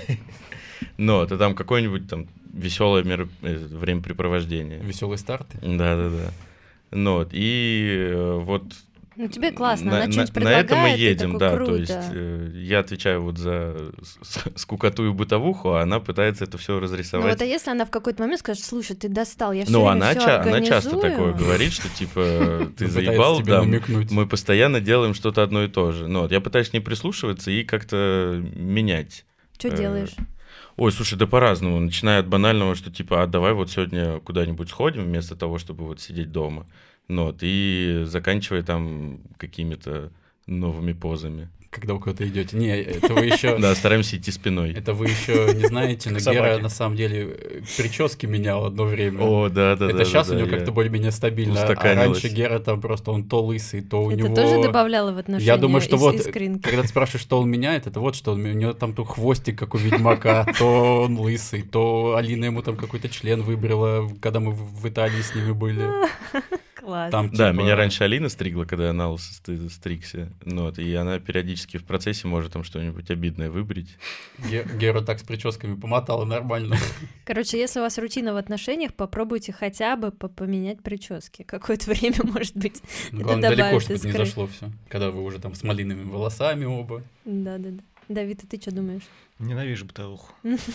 S1: Но это там какое-нибудь там веселое меро... времяпрепровождение.
S2: Веселые старты?
S1: Да-да-да. Ну, и вот...
S3: Ну, тебе классно,
S1: на,
S3: она что-нибудь
S1: на,
S3: предлагает,
S1: на это мы едем,
S3: такой,
S1: да,
S3: круто.
S1: То есть э, я отвечаю вот за скукоту и бытовуху, а она пытается это все разрисовать.
S3: Ну вот а если она в какой-то момент скажет, слушай, ты достал, я все
S1: ну,
S3: время
S1: она,
S3: всё
S1: ча-
S3: организую.
S1: она часто такое говорит, что типа ты заебал, да, мы постоянно делаем что-то одно и то же. Ну, вот я пытаюсь не прислушиваться и как-то менять.
S3: Что делаешь?
S1: Ой, слушай, да по-разному. Начиная от банального, что типа, а давай вот сегодня куда-нибудь сходим вместо того, чтобы вот сидеть дома. Ну, вот, и заканчивая там какими-то новыми позами.
S2: Когда вы куда-то идете. Не, это вы еще...
S1: Да, стараемся идти спиной.
S2: Это вы еще не знаете, но Гера на самом деле прически менял одно время.
S1: О, да, да, да.
S2: Это сейчас у него как-то более-менее стабильно. А раньше Гера там просто он то лысый, то у него...
S3: Это тоже добавляло в отношения.
S2: Я думаю, что вот, когда ты спрашиваешь, что он меняет, это вот что, у него там то хвостик, как у Ведьмака, то он лысый, то Алина ему там какой-то член выбрала, когда мы в Италии с ними были.
S3: Класс.
S2: Там,
S1: да,
S2: типа...
S1: меня раньше Алина стригла, когда я на лысо стригся. Ну, вот, и она периодически в процессе может там что-нибудь обидное выбрить.
S2: Гера так с прическами помотала нормально.
S3: Короче, если у вас рутина в отношениях, попробуйте хотя бы поменять прически. Какое-то время, может быть,
S2: ну, главное, далеко, чтобы не зашло все. Когда вы уже там с малиновыми волосами оба.
S3: Да-да-да. Давид, а ты что думаешь?
S4: Ненавижу бытовуху.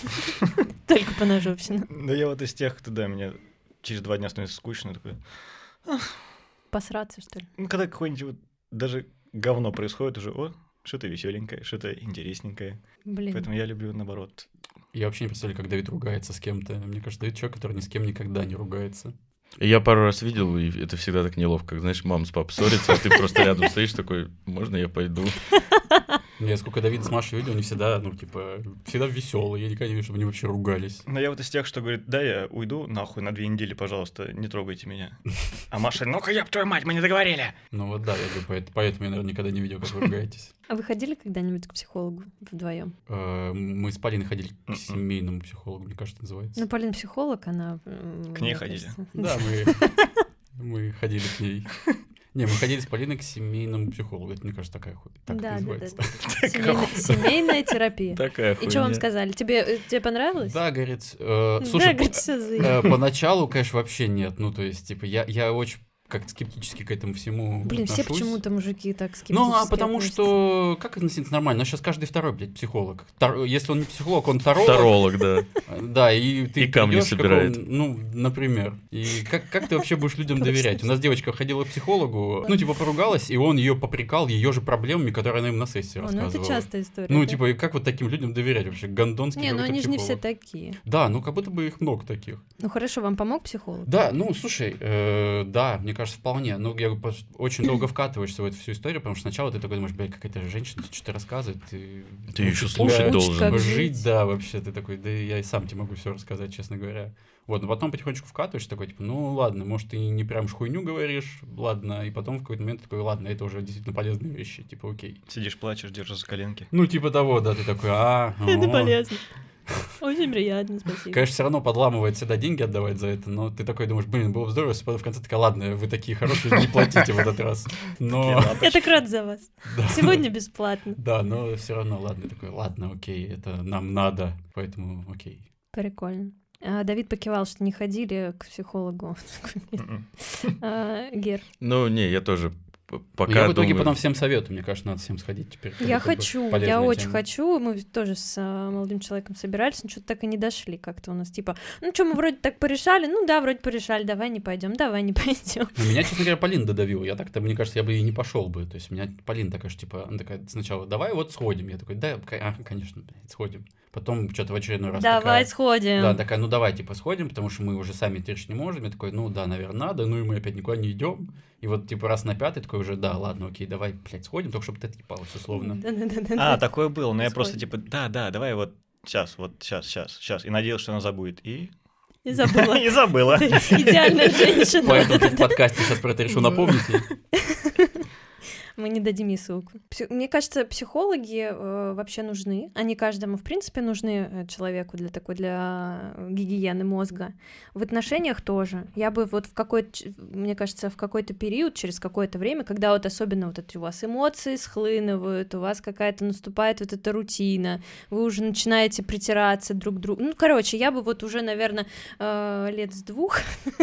S3: Только по ножовщину.
S4: Да я вот из тех, кто, да, меня через два дня становится скучно, такой...
S3: Посраться, что ли?
S4: Ну, когда какое-нибудь вот даже говно происходит, уже, о, что-то веселенькое, что-то интересненькое.
S3: Блин.
S4: Поэтому я люблю, наоборот.
S2: Я вообще не представляю, как Давид ругается с кем-то. Мне кажется, Давид человек, который ни с кем никогда не ругается.
S1: Я пару раз видел, и это всегда так неловко, как, знаешь, мама с папой ссорится, а ты просто рядом стоишь такой, можно я пойду?
S2: Я сколько Давида с Машей видел, они всегда, ну, типа, всегда веселые, я никогда не вижу, чтобы они вообще ругались.
S4: Но я вот из тех, что говорит, да, я уйду нахуй на две недели, пожалуйста, не трогайте меня. А Маша, ну-ка, ёб твою мать, мы не договорили.
S2: Ну вот да, я говорю, поэтому я, наверное, никогда не видел, как вы ругаетесь.
S3: А вы ходили когда-нибудь к психологу вдвоем?
S2: Мы с Полиной ходили к семейному психологу, мне кажется, называется.
S3: Ну, Полина психолог, она...
S4: К ней ходили?
S2: Да, мы ходили к ней. Не, мы ходили с Полиной к семейному психологу. Это, мне кажется, такая хуйня. Так
S3: да,
S2: это называется.
S3: Да, да. Семейная, семейная терапия.
S1: Такая хуйня.
S3: И что вам сказали? Тебе, тебе понравилось?
S2: Да, говорит... Э, слушай,
S3: да, говорит, все
S2: э, поначалу, конечно, вообще нет. Ну, то есть, типа, я, я очень... как скептически к этому всему
S3: Блин,
S2: отношусь.
S3: все почему-то мужики так скептически
S2: Ну, а потому
S3: относятся.
S2: что... Как относиться нормально? Ну, сейчас каждый второй, блядь, психолог. Тар... Если он не психолог, он таролог.
S1: Таролог, да.
S2: Да, и ты
S1: и камни собирает.
S2: Каком... Ну, например. И как, как ты вообще будешь людям доверять? У нас девочка ходила к психологу, ну, типа, поругалась, и он ее попрекал ее же проблемами, которые она им на сессии рассказывала.
S3: Ну, это частая история.
S2: Ну,
S3: да?
S2: типа, и как вот таким людям доверять вообще? Гондонский
S3: Не, ну они же
S2: психолог.
S3: не все такие.
S2: Да, ну, как будто бы их много таких.
S3: Ну, хорошо, вам помог психолог?
S2: Да, ну, слушай, э, да, мне кажется, вполне. Ну, я очень долго вкатываешься в эту всю историю, потому что сначала ты такой думаешь, блядь, какая-то женщина что-то рассказывает. Ты,
S1: ты еще слушать должен.
S3: Как
S2: жить,
S3: жить,
S2: да, вообще. Ты такой, да я и сам тебе могу все рассказать, честно говоря. Вот, но потом потихонечку вкатываешься, такой, типа, ну, ладно, может, ты не прям хуйню говоришь, ладно, и потом в какой-то момент такой, ладно, это уже действительно полезные вещи, типа, окей.
S4: Сидишь, плачешь, держишь за коленки.
S2: Ну, типа того, да, ты такой, а,
S3: это полезно. Очень приятно, спасибо.
S2: Конечно, все равно подламывает всегда деньги отдавать за это, но ты такой думаешь, блин, было бы здорово, если в конце такая, ладно, вы такие хорошие, не платите в этот раз. Но...
S3: Я так рад за вас. Сегодня бесплатно.
S2: Да, но все равно, ладно, такой, ладно, окей, это нам надо, поэтому окей.
S3: Прикольно. А, Давид покивал, что не ходили к психологу. а, Гер.
S1: Ну, не, я тоже пока
S2: Я в итоге
S1: думаю...
S2: потом всем советую, мне кажется, надо всем сходить теперь.
S3: Я
S2: Это как бы
S3: хочу,
S2: полезная
S3: я очень
S2: тема.
S3: хочу. Мы тоже с а, молодым человеком собирались, но что-то так и не дошли как-то у нас. Типа, ну что, мы вроде так порешали, ну да, вроде порешали, давай не пойдем, давай не пойдем.
S2: Ну, меня, честно говоря, Полина додавила. Я так-то, мне кажется, я бы и не пошел бы. То есть у меня Полина такая, что, типа, она такая сначала, давай вот сходим. Я такой, да, а, конечно, блядь, сходим. Потом что-то в очередной раз
S3: Давай
S2: такая,
S3: сходим.
S2: да, такая, ну давай, типа, сходим, потому что мы уже сами течь не можем. Я такой, ну да, наверное, надо, ну и мы опять никуда не идем. И вот, типа, раз на пятый такой уже, да, ладно, окей, давай, блядь, сходим, только чтобы ты отъебалась, условно.
S3: Да-да-да.
S4: А, такое было, но я просто
S3: Сходим.
S4: типа, да, да, давай вот сейчас, вот сейчас, сейчас, сейчас. И надеялся, что она забудет. И...
S3: И забыла.
S4: И забыла.
S3: Идеальная женщина.
S2: Поэтому ты в подкасте сейчас про это решил напомнить. ей.
S3: Мы не дадим ей ссылку. Пси- Мне кажется, психологи э, вообще нужны. Они каждому, в принципе, нужны э, человеку для такой, для гигиены мозга. В отношениях тоже. Я бы вот в какой-то, ч- мне кажется, в какой-то период, через какое-то время, когда вот особенно вот эти у вас эмоции схлынывают, у вас какая-то наступает вот эта рутина, вы уже начинаете притираться друг к другу. Ну, короче, я бы вот уже, наверное, э, лет с двух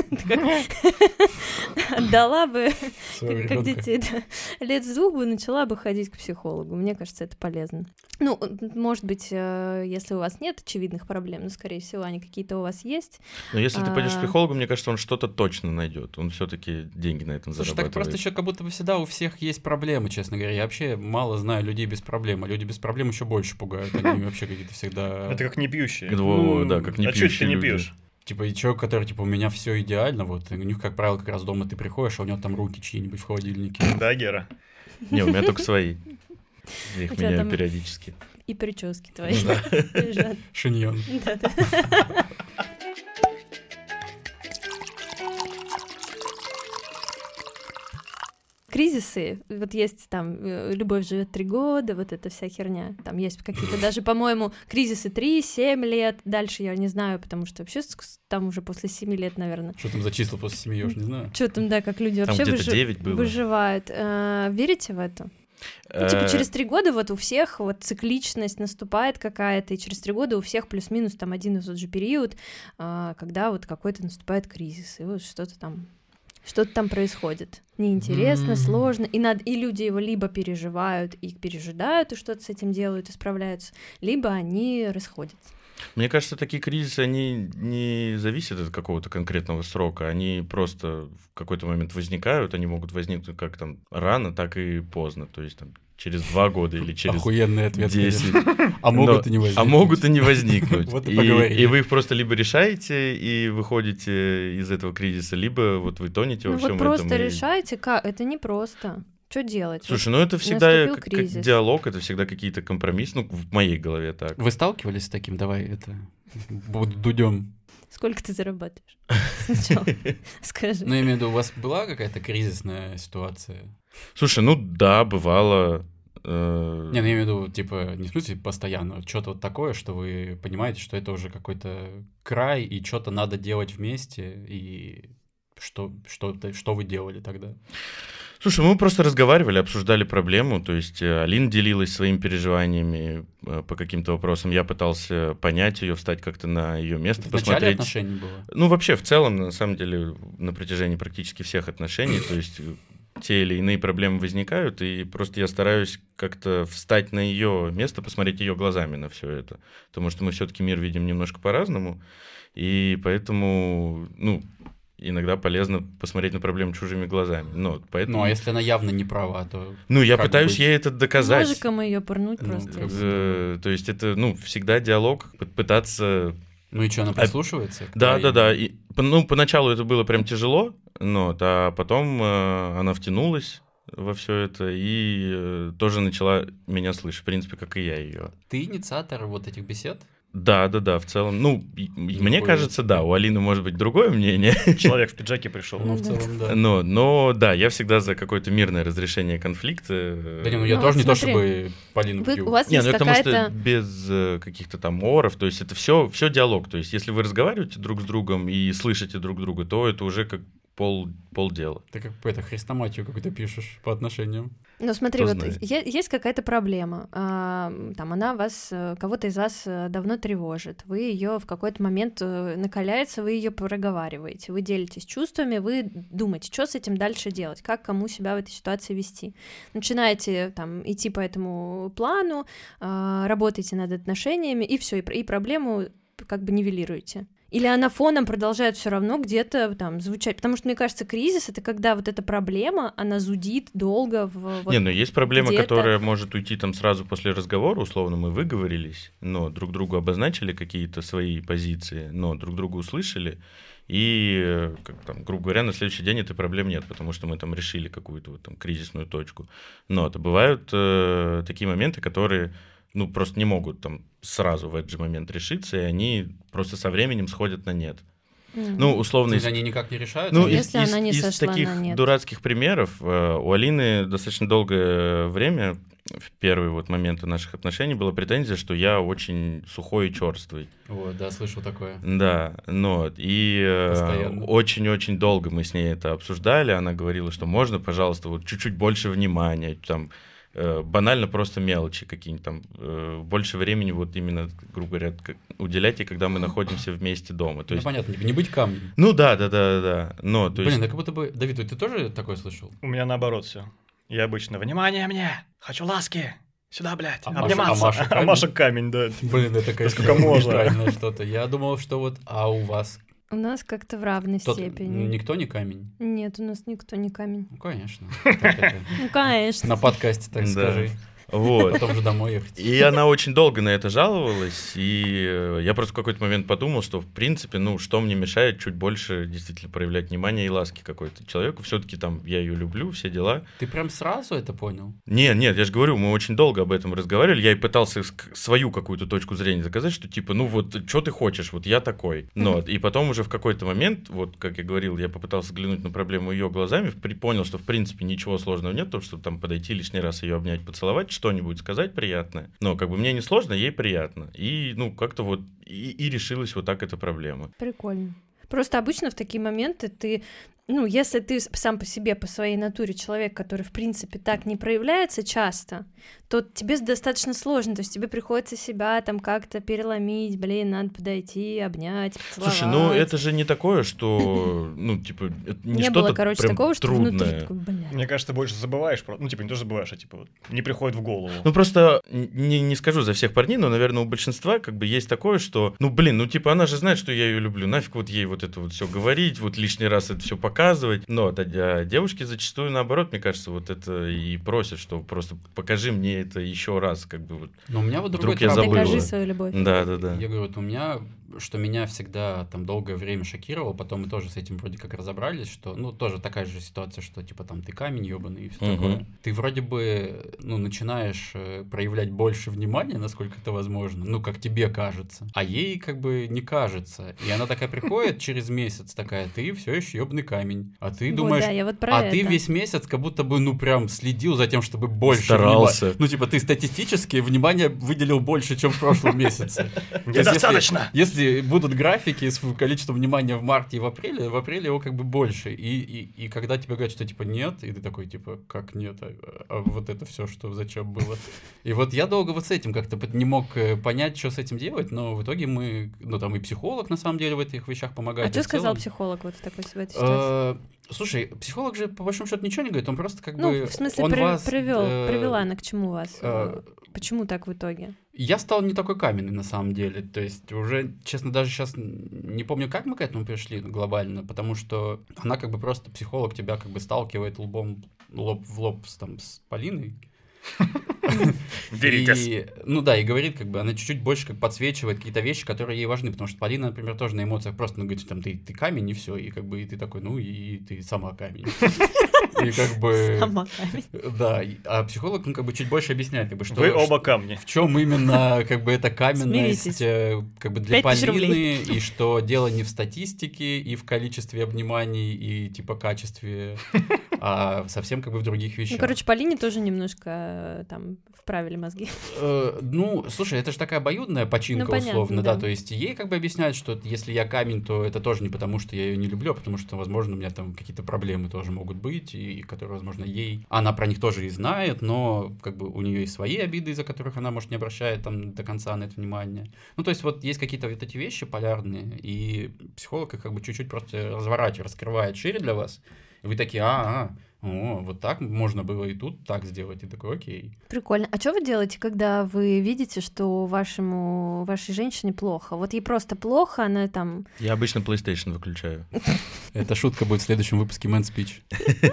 S3: отдала бы,
S2: Своего
S3: как
S2: ребёнка.
S3: детей, да, лет с двух бы начала бы ходить к психологу. Мне кажется, это полезно. Ну, может быть, э, если у вас нет очевидных проблем, но, скорее всего, они какие-то у вас есть.
S1: Но если ты пойдешь к
S3: А.
S1: психологу, мне кажется, он что-то точно найдет. Он все-таки деньги на этом
S2: Слушай, так
S1: зарабатывает.
S2: просто еще как будто бы всегда у всех есть проблемы, честно говоря. Я вообще мало знаю людей без проблем, а люди без проблем еще больше пугают. Они вообще какие-то всегда...
S4: Это как не пьющие.
S1: Во-во, да, как не
S4: А чё ты
S1: пьющие
S4: не
S1: люди.
S4: пьешь?
S2: Типа, и человек, который, типа, у меня все идеально, вот, и у них, как правило, как раз дома ты приходишь, а у него там руки чьи-нибудь в холодильнике.
S4: Да, Гера.
S1: Не, у меня только свои. Я их
S3: У тебя
S1: меняю
S3: там-
S1: периодически.
S3: И прически твои
S2: Ну да.
S3: лежат.
S2: Шиньон.
S3: Да-да. Кризисы, вот есть там э, «Любовь живет три года», вот эта вся херня, там есть какие-то даже, по-моему, кризисы три-семь лет, дальше я не знаю, потому что вообще с- с- там уже после семи лет, наверное.
S2: Что там за числа после семьи, я уж не знаю.
S3: Что там, да, как люди
S1: Там
S3: вообще
S1: где-то
S3: выжи-
S1: девять было.
S3: выживают. Э, верите в это? Ну, типа
S1: Э,
S3: через три года вот у всех вот цикличность наступает какая-то, и через три года у всех плюс-минус там один и тот же период, а, когда вот какой-то наступает кризис, и вот что-то там, что-то там происходит. Неинтересно,
S1: М.
S3: сложно, и, надо, и люди его либо переживают и пережидают, и что-то с этим делают, и справляются, либо они расходятся.
S1: Мне кажется, такие кризисы, они не зависят от какого-то конкретного срока, они просто в какой-то момент возникают, они могут возникнуть как там рано, так и поздно, то есть там через два года или через
S2: Охуенный ответ,
S1: десять.
S2: конечно. А могут
S1: Но-
S2: и не возникнуть.
S1: А могут и не возникнуть.
S2: Вот и
S1: и,
S2: поговорили.
S1: и вы их просто либо решаете и выходите из этого кризиса, либо вот вы тонете
S3: Ну
S1: во всем
S3: вот просто
S1: этом. и-
S3: решайте, как, это не просто. Что делать?
S1: Слушай, ну это всегда
S3: наступил
S1: как, как
S3: кризис.
S1: диалог, это всегда какие-то компромиссы, ну в моей голове так.
S2: Вы сталкивались с таким? Давай это буду дудем.
S3: Вот сколько ты зарабатываешь? Сначала скажи.
S2: Ну, я имею в виду, у вас была какая-то кризисная ситуация?
S1: Слушай, ну да, бывало. э,
S2: Не, ну, я имею в виду, типа, не в смысле постоянно, что-то вот такое, что вы понимаете, что это уже какой-то край, и что-то надо делать вместе, и что, что, что вы делали тогда?
S1: Слушай, мы просто разговаривали, обсуждали проблему, то есть э, Алина делилась своими переживаниями э, по каким-то вопросам, я пытался понять ее, встать как-то на ее место,
S2: В начале
S1: посмотреть.
S2: отношений было?
S1: Ну, вообще, в целом, на самом деле, на протяжении практически всех отношений, то есть э, те или иные проблемы возникают, и просто я стараюсь как-то встать на ее место, посмотреть ее глазами на все это, потому что мы все-таки мир видим немножко по-разному, и поэтому, ну, иногда полезно посмотреть на проблему чужими глазами. Но, поэтому...
S2: Ну, а если она явно не права, то...
S1: Ну, я
S2: как
S1: пытаюсь
S2: быть?
S1: ей это доказать.
S3: Ножиком ее пырнуть
S2: Ну,
S3: просто.
S2: как
S3: и
S2: бы-
S3: всё.
S1: Э, То есть это, ну, всегда диалог, п- пытаться...
S2: Ну и что, она прислушивается? к
S1: Да, да,
S2: твоим?
S1: да. И, по- ну, поначалу это было прям тяжело, но, а потом э, она втянулась во все это и э, тоже начала меня слышать, в принципе, как и я ее.
S2: Ты инициатор вот этих бесед?
S1: Да, да, да, в целом, ну, и- и мне
S2: Нихуя
S1: кажется,
S2: себе.
S1: да, у Алины может быть другое мнение,
S4: Человек в пиджаке пришел.
S2: Ну, в
S3: да.
S2: целом, да.
S1: но, но, да, я всегда за какое-то мирное разрешение конфликта. э,
S2: Да не, ну я
S3: Ну,
S2: тоже
S3: вот
S2: не то,
S3: смотри,
S2: чтобы Полину
S3: Вы,
S2: бью.
S3: у вас
S1: Не,
S3: есть
S1: ну это потому
S3: какая-то...
S1: что без э, каких-то там оров, то есть это все, все диалог. То есть если вы разговариваете друг с другом и слышите друг друга, то это уже как пол, полдела.
S2: Ты как это, хрестоматию какую-то пишешь по отношениям.
S3: Ну, смотри,
S1: Кто
S3: вот
S1: знает.
S3: е- есть какая-то проблема, а, там она вас, э, кого-то из вас э, давно тревожит, вы ее в какой-то момент э, накаляется, вы ее проговариваете, вы делитесь чувствами, вы думаете, что с этим дальше делать, как кому себя в этой ситуации вести. Начинаете там идти по этому плану, а, работаете над отношениями, и все, и, пр- и проблему как бы нивелируете. Или она фоном продолжает все равно где-то там звучать. Потому что, мне кажется, кризис — это когда вот эта проблема, она зудит долго в... Вот
S1: Не, ну есть проблема,
S3: где-то.
S1: которая может уйти там сразу после разговора, условно, мы выговорились, но друг другу обозначили какие-то свои позиции, но друг друга услышали, и, как, там, грубо говоря, на следующий день этой проблемы нет, потому что мы там решили какую-то вот, там, кризисную точку. Но это бывают э, такие моменты, которые... ну, просто не могут там сразу в этот же момент решиться, и они просто со временем сходят на нет.
S3: Mm.
S1: Ну, условно...
S2: Если
S1: из-
S2: они никак не решаются,
S1: Ну,
S2: они-
S1: из,
S3: Если
S1: из-
S3: она не
S1: из
S3: сошла
S1: таких
S3: на нет.
S1: дурацких примеров э, у Алины достаточно долгое время, в первые вот моменты наших отношений, была претензия, что я очень сухой и черствый.
S2: Вот, да, слышал такое.
S1: Да, но и э,
S2: Постоянно.
S1: очень-очень долго мы с ней это обсуждали. Она говорила, что можно, пожалуйста, вот чуть-чуть больше внимания, там, э, банально просто мелочи какие-нибудь там, э, больше времени вот именно, грубо говоря, к- уделяйте, когда мы находимся вместе дома. То
S2: Ну,
S1: есть,
S2: понятно, не быть камнем.
S1: ну да, да, да, да, но то
S2: Блин,
S1: есть,
S2: да как будто бы... Давид, ты тоже такое слышал?
S4: У меня наоборот все. Я обычно «Внимание мне! Хочу ласки! Сюда, блядь!
S2: А Маша-
S4: Обниматься!»
S2: а Маша камень?
S4: А Маша камень, да.
S2: Блин, это, конечно,
S4: сколько можно?
S2: нейтральное что-то. Я думал, что вот... А у вас
S3: У нас как-то в равной
S2: тот-
S3: степени.
S2: никто не камень?
S3: Нет, у нас никто не камень.
S2: Ну, конечно. Так это,
S3: Ну, конечно.
S2: на подкасте, так
S1: Да.
S2: скажи.
S1: вот.
S2: Потом же домой ехать.
S1: И она очень долго на это жаловалась, и э, я просто в какой-то момент подумал, что, в принципе, ну, что мне мешает чуть больше действительно проявлять внимание и ласки какой-то человеку. Все-таки там я ее люблю, все дела.
S2: Ты прям сразу это понял?
S1: Нет, нет, я же говорю, мы очень долго об этом разговаривали, я и пытался ск- свою какую-то точку зрения доказать, что типа, ну вот, что ты хочешь, вот я такой. Но, и потом уже в какой-то момент, вот, как я говорил, я попытался взглянуть на проблему ее глазами, при- понял, что, в принципе, ничего сложного нет, то, что там подойти лишний раз ее обнять, поцеловать, что-нибудь сказать приятное. Но, как бы, мне не сложно, ей приятно. И, ну, как-то вот, и, и решилась вот так эта проблема.
S3: Прикольно. Просто обычно в такие моменты ты, ну, если ты сам по себе, по своей натуре человек, который, в принципе, так не проявляется часто, то тебе достаточно сложно, то есть тебе приходится себя там как-то переломить, блин, надо подойти, обнять, поцеловать.
S1: Слушай, ну, это же не такое, что, ну, типа, это не,
S3: Не
S1: что-то
S3: было, короче,
S1: прям
S3: такого, что
S1: трудное.
S3: внутри такой, бля.
S4: Мне кажется, больше забываешь, про- ну, типа, не то, что забываешь, а типа вот не приходит в голову.
S1: Ну, просто не, не скажу за всех парней, но, наверное, у большинства как бы есть такое, что, ну, блин, ну, типа, она же знает, что я ее люблю, нафиг вот ей вот это вот все говорить, вот лишний раз это все показывать. Но а, а девушки зачастую, наоборот, мне кажется, вот это и просят, что просто покажи мне это еще раз, как бы вот.
S2: Но у меня вот другой
S1: Вдруг я
S2: травма
S1: забыла.
S3: Докажи
S2: была.
S3: свою любовь.
S1: Да, да, да.
S2: Я говорю, вот у меня, что меня всегда там долгое время шокировало, потом мы тоже с этим вроде как разобрались, что, ну, тоже такая же ситуация, что, типа, там, ты камень ебаный и все
S1: Мгм.
S2: такое. Ты вроде бы, ну, начинаешь э, проявлять больше внимания, насколько это возможно, ну, как тебе кажется, а ей как бы не кажется. И она такая приходит через месяц, такая, ты все еще ебаный камень. А ты
S3: Вот,
S2: думаешь,
S3: да, я вот про
S2: а
S3: это.
S2: ты весь месяц как будто бы, ну, прям следил за тем, чтобы больше
S1: Старался.
S2: внимания. Ну, типа, ты статистически внимание выделил больше, чем в прошлом месяце. То есть,
S4: Недостаточно!
S2: Если, если будут графики с количеством внимания в марте и в апреле, в апреле его как бы больше. И, и, и когда тебе говорят, что типа нет, и ты такой, типа, как нет, а, а вот это все, что зачем было. И вот я долго вот с этим как-то не мог э, понять, что с этим делать, но в итоге мы, ну там и психолог на самом деле в этих вещах помогает.
S3: А что
S2: И в
S3: сказал
S2: целом-
S3: психолог вот в такой в этой ситуации?
S2: Э, Слушай, психолог же по большому счету ничего не говорит, он просто как
S3: Ну,
S2: бы...
S3: в смысле,
S2: он
S3: при-
S2: вас,
S3: привел,
S2: э,
S3: привела она к чему вас?
S2: э,
S3: Почему так в итоге?
S2: Я стал не такой каменный на самом деле. То есть уже, честно, даже сейчас не помню, как мы к этому пришли глобально, потому что она как бы просто психолог тебя как бы сталкивает лбом лоб в лоб с, там, с Полиной.
S4: Деритесь.
S2: И, ну да, и говорит, как бы, она чуть-чуть больше как подсвечивает какие-то вещи, которые ей важны, потому что Полина, например, тоже на эмоциях просто, ну, говорит, там, ты, ты камень, и все, и как бы, и ты такой, ну, и ты сама камень. И как бы...
S3: Сама камень.
S2: Да, и- а психолог, ну, как бы, чуть больше объясняет, как бы, что...
S4: Вы оба камни.
S2: В чем именно, как бы, эта каменность,
S3: Смиритесь.
S2: э, как бы, для
S3: Пять тысяч
S2: Полины,
S3: рублей.
S2: и что дело не в статистике, и в количестве обниманий, и, типа, качестве а совсем как бы в других вещах.
S3: Ну, короче, Полине тоже немножко там вправили мозги.
S2: Э, ну, слушай, это же такая обоюдная починка,
S3: Ну, понятно,
S2: условно, да.
S3: да.
S2: То есть ей как бы объясняют, что если я камень, то это тоже не потому, что я ее не люблю, а потому что, возможно, у меня там какие-то проблемы тоже могут быть, и которые, возможно, ей... Она про них тоже и знает, но как бы у нее есть свои обиды, из-за которых она, может, не обращает там до конца на это внимание. Ну, то есть вот есть какие-то вот эти вещи полярные, и психолог их как бы чуть-чуть просто разворачивает, раскрывает шире для вас, и вы такие, а, а, о, вот так можно было и тут так сделать, и такой, окей.
S3: Прикольно. А что вы делаете, когда вы видите, что вашему, вашей женщине плохо? Вот ей просто плохо, она там...
S1: Я обычно PlayStation выключаю.
S2: Эта шутка будет в следующем выпуске Man Speech.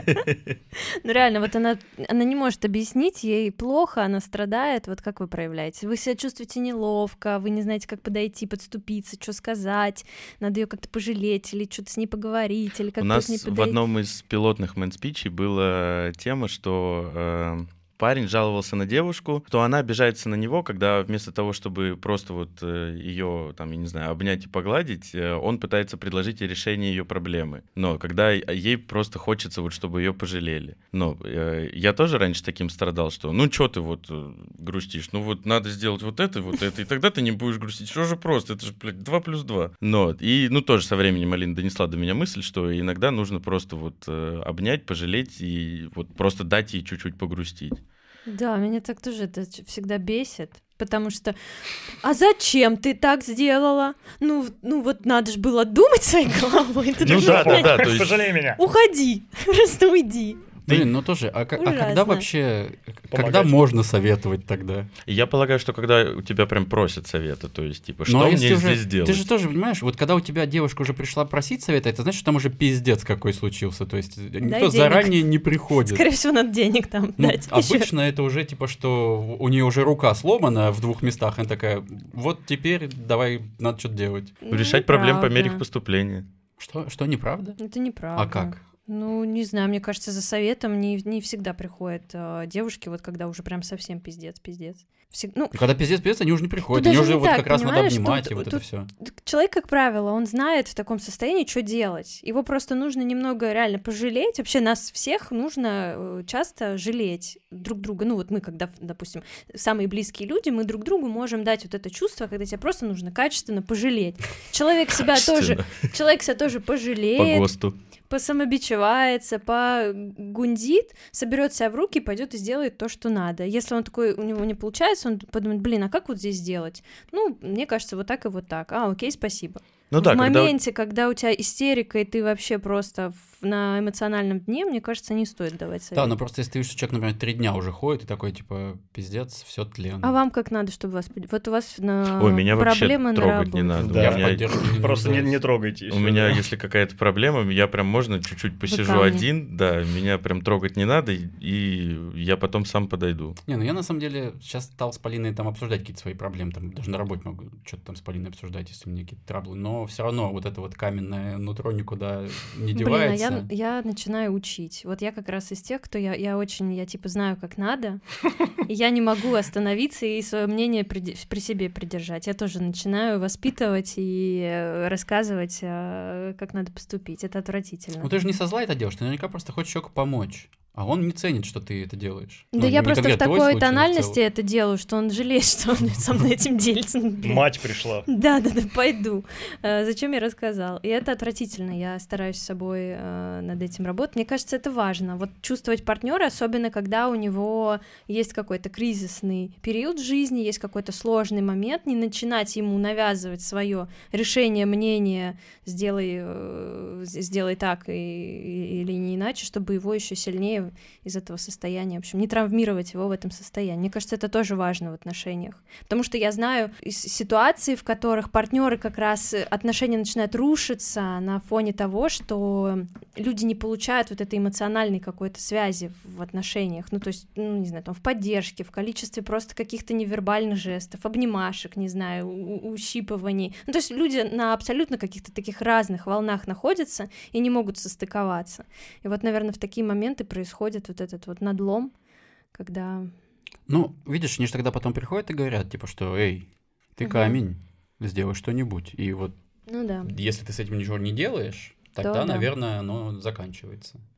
S3: Ну реально, вот она, она не может объяснить, ей плохо, она страдает, вот как вы проявляете? Вы себя чувствуете неловко, вы не знаете, как подойти, подступиться, что сказать, надо ее как-то пожалеть, или что-то с ней поговорить, или как-то
S1: У нас
S3: с ней
S1: в
S3: подойти.
S1: одном из пилотных мэнспичей была тема, что э, парень жаловался на девушку, что она обижается на него, когда вместо того, чтобы просто вот э, ее, там, я не знаю, обнять и погладить, э, он пытается предложить ей решение ее проблемы. Но когда ей просто хочется, вот, чтобы ее пожалели. Но э, я тоже раньше таким страдал, что ну что ты вот э, грустишь, ну вот надо сделать вот это, вот это, и тогда ты не будешь грустить. Что же просто, это же, блядь, два плюс два. Но, и, ну, тоже со временем Алина донесла до меня мысль, что иногда нужно просто вот э, обнять, пожалеть и вот просто дать ей чуть-чуть погрустить.
S3: Да, меня так тоже это всегда бесит, потому что «А зачем ты так сделала? Ну, ну вот надо же было думать своей головой». Ты
S1: Ну
S3: даже
S1: да, да,
S3: блядь,
S1: да, то есть...
S4: Пожалей меня.
S3: Уходи, просто уйди.
S2: Блин, ну тоже, а, как- а когда
S3: Ужасно.
S2: вообще, когда
S4: Помогать.
S2: можно советовать тогда?
S1: Я полагаю, что когда у тебя прям просят совета, то есть, типа,
S2: Ну,
S1: что
S2: а если
S1: мне
S2: уже-
S1: здесь делать?
S2: Ты же тоже понимаешь, вот когда у тебя девушка уже пришла просить совета, это значит, что там уже пиздец какой случился, то есть никто
S3: денег.
S2: заранее не приходит.
S3: Скорее всего, надо денег там
S2: Ну,
S3: дать. ещё.
S2: обычно это уже типа, что у нее уже рука сломана в двух местах, она такая, вот теперь давай, надо что-то делать.
S3: Ну,
S1: Решать проблемы по мере их
S3: неправда.
S1: поступления.
S2: Что, что неправда?
S3: Это неправда.
S2: А как?
S3: Ну, не знаю, мне кажется, за советом не, не всегда приходят э, девушки, вот когда уже прям совсем пиздец, пиздец. Всег- Ну,
S2: Когда пиздец, пиздец, они уже не приходят,
S3: Тут
S2: они
S3: даже
S2: уже
S3: не
S2: вот
S3: так,
S2: как раз надо
S3: понимаешь,
S2: обнимать
S3: тут-
S2: и вот это
S3: тут-
S2: все.
S3: человек, как правило, он знает в таком состоянии, что делать. Его просто нужно немного реально пожалеть. Вообще нас всех нужно э, часто жалеть друг друга. Ну вот мы, когда, допустим, самые близкие люди, мы друг другу можем дать вот это чувство, когда тебе просто нужно качественно пожалеть. Человек себя тоже, человек себя тоже
S1: По
S3: пожалеет,
S1: ГОСТу.
S3: посамобичевается, погундит, соберет себя в руки, пойдет и сделает то, что надо. Если он такой, у него не получается, он подумает, блин, а как вот здесь сделать? Ну, мне кажется, вот так и вот так. А, окей, спасибо.
S1: Ну
S3: в
S1: да, когда...
S3: моменте, когда у тебя истерика, и ты вообще просто в- на эмоциональном дне, мне кажется, не стоит давать совет.
S2: Да, но просто если ты видишь, что человек, например, три дня уже ходит, и такой, типа, пиздец, все тлен.
S3: А вам как надо, чтобы вас... под- Вот у вас на
S1: Ой, меня вообще
S3: проблемы на
S1: трогать не
S3: работе.
S1: надо.
S4: Да.
S2: Я
S1: У
S2: в
S1: меня-
S2: поддержку не
S4: Просто не,
S2: нуждаюсь.
S4: не трогайте.
S1: У меня, если какая-то проблема, я прям можно чуть-чуть посижу
S3: камни.
S1: один, да, меня прям трогать не надо, и- и я потом сам подойду.
S2: Не, ну я на самом деле сейчас стал с Полиной там обсуждать какие-то свои проблемы, там даже на работе могу что-то там с Полиной обсуждать, если у меня какие-то траблы, но все равно вот это вот каменное нутро никуда не
S3: Блин, а
S2: девается.
S3: я, я начинаю учить. Вот я как раз из тех, кто я, я очень, я типа знаю, как надо, и я не могу остановиться и свое мнение при, при себе придержать. Я тоже начинаю воспитывать и э, рассказывать, э, как надо поступить. Это отвратительно.
S2: Ну ты же не со зла это делаешь, ты наверняка просто хочешь человеку помочь, а он не ценит, что ты это делаешь.
S3: Да
S2: Ну,
S3: я
S2: не
S3: просто в
S2: конкретно твой
S3: такой
S2: случай, но в
S3: тональности
S2: целом.
S3: это делаю, что он жалеет, что он со мной этим делится. Ну, блин.
S4: Мать пришла.
S3: Да, да, да, пойду. Э, Зачем я рассказал? И это отвратительно. Я стараюсь с собой э, над этим работать. Мне кажется, это важно. Вот чувствовать партнера, особенно когда у него есть какой-то кризисный период в жизни, есть какой-то сложный момент, не начинать ему навязывать свое решение, мнение, сделай, э, сделай так и, и- или не иначе, чтобы его еще сильнее из этого состояния, в общем, не травмировать его в этом состоянии. Мне кажется, это тоже важно в отношениях. Потому что я знаю из ситуаций, в которых партнеры как раз э, отношения начинают рушиться на фоне того, что люди не получают вот этой эмоциональной какой-то связи в отношениях. Ну, то есть, ну, не знаю, там, в поддержке, в количестве просто каких-то невербальных жестов, обнимашек, не знаю, у- ущипываний. Ну, то есть люди на абсолютно каких-то таких разных волнах находятся и не могут состыковаться. И вот, наверное, в такие моменты происходит вот этот вот надлом, когда...
S2: Ну, видишь, они же тогда потом приходят и говорят, типа, что, эй, ты
S3: Мгм.
S2: камень, сделай что-нибудь. И вот
S3: Ну да.
S2: если ты с этим ничего не делаешь, тогда,
S3: То да.
S2: наверное, оно заканчивается.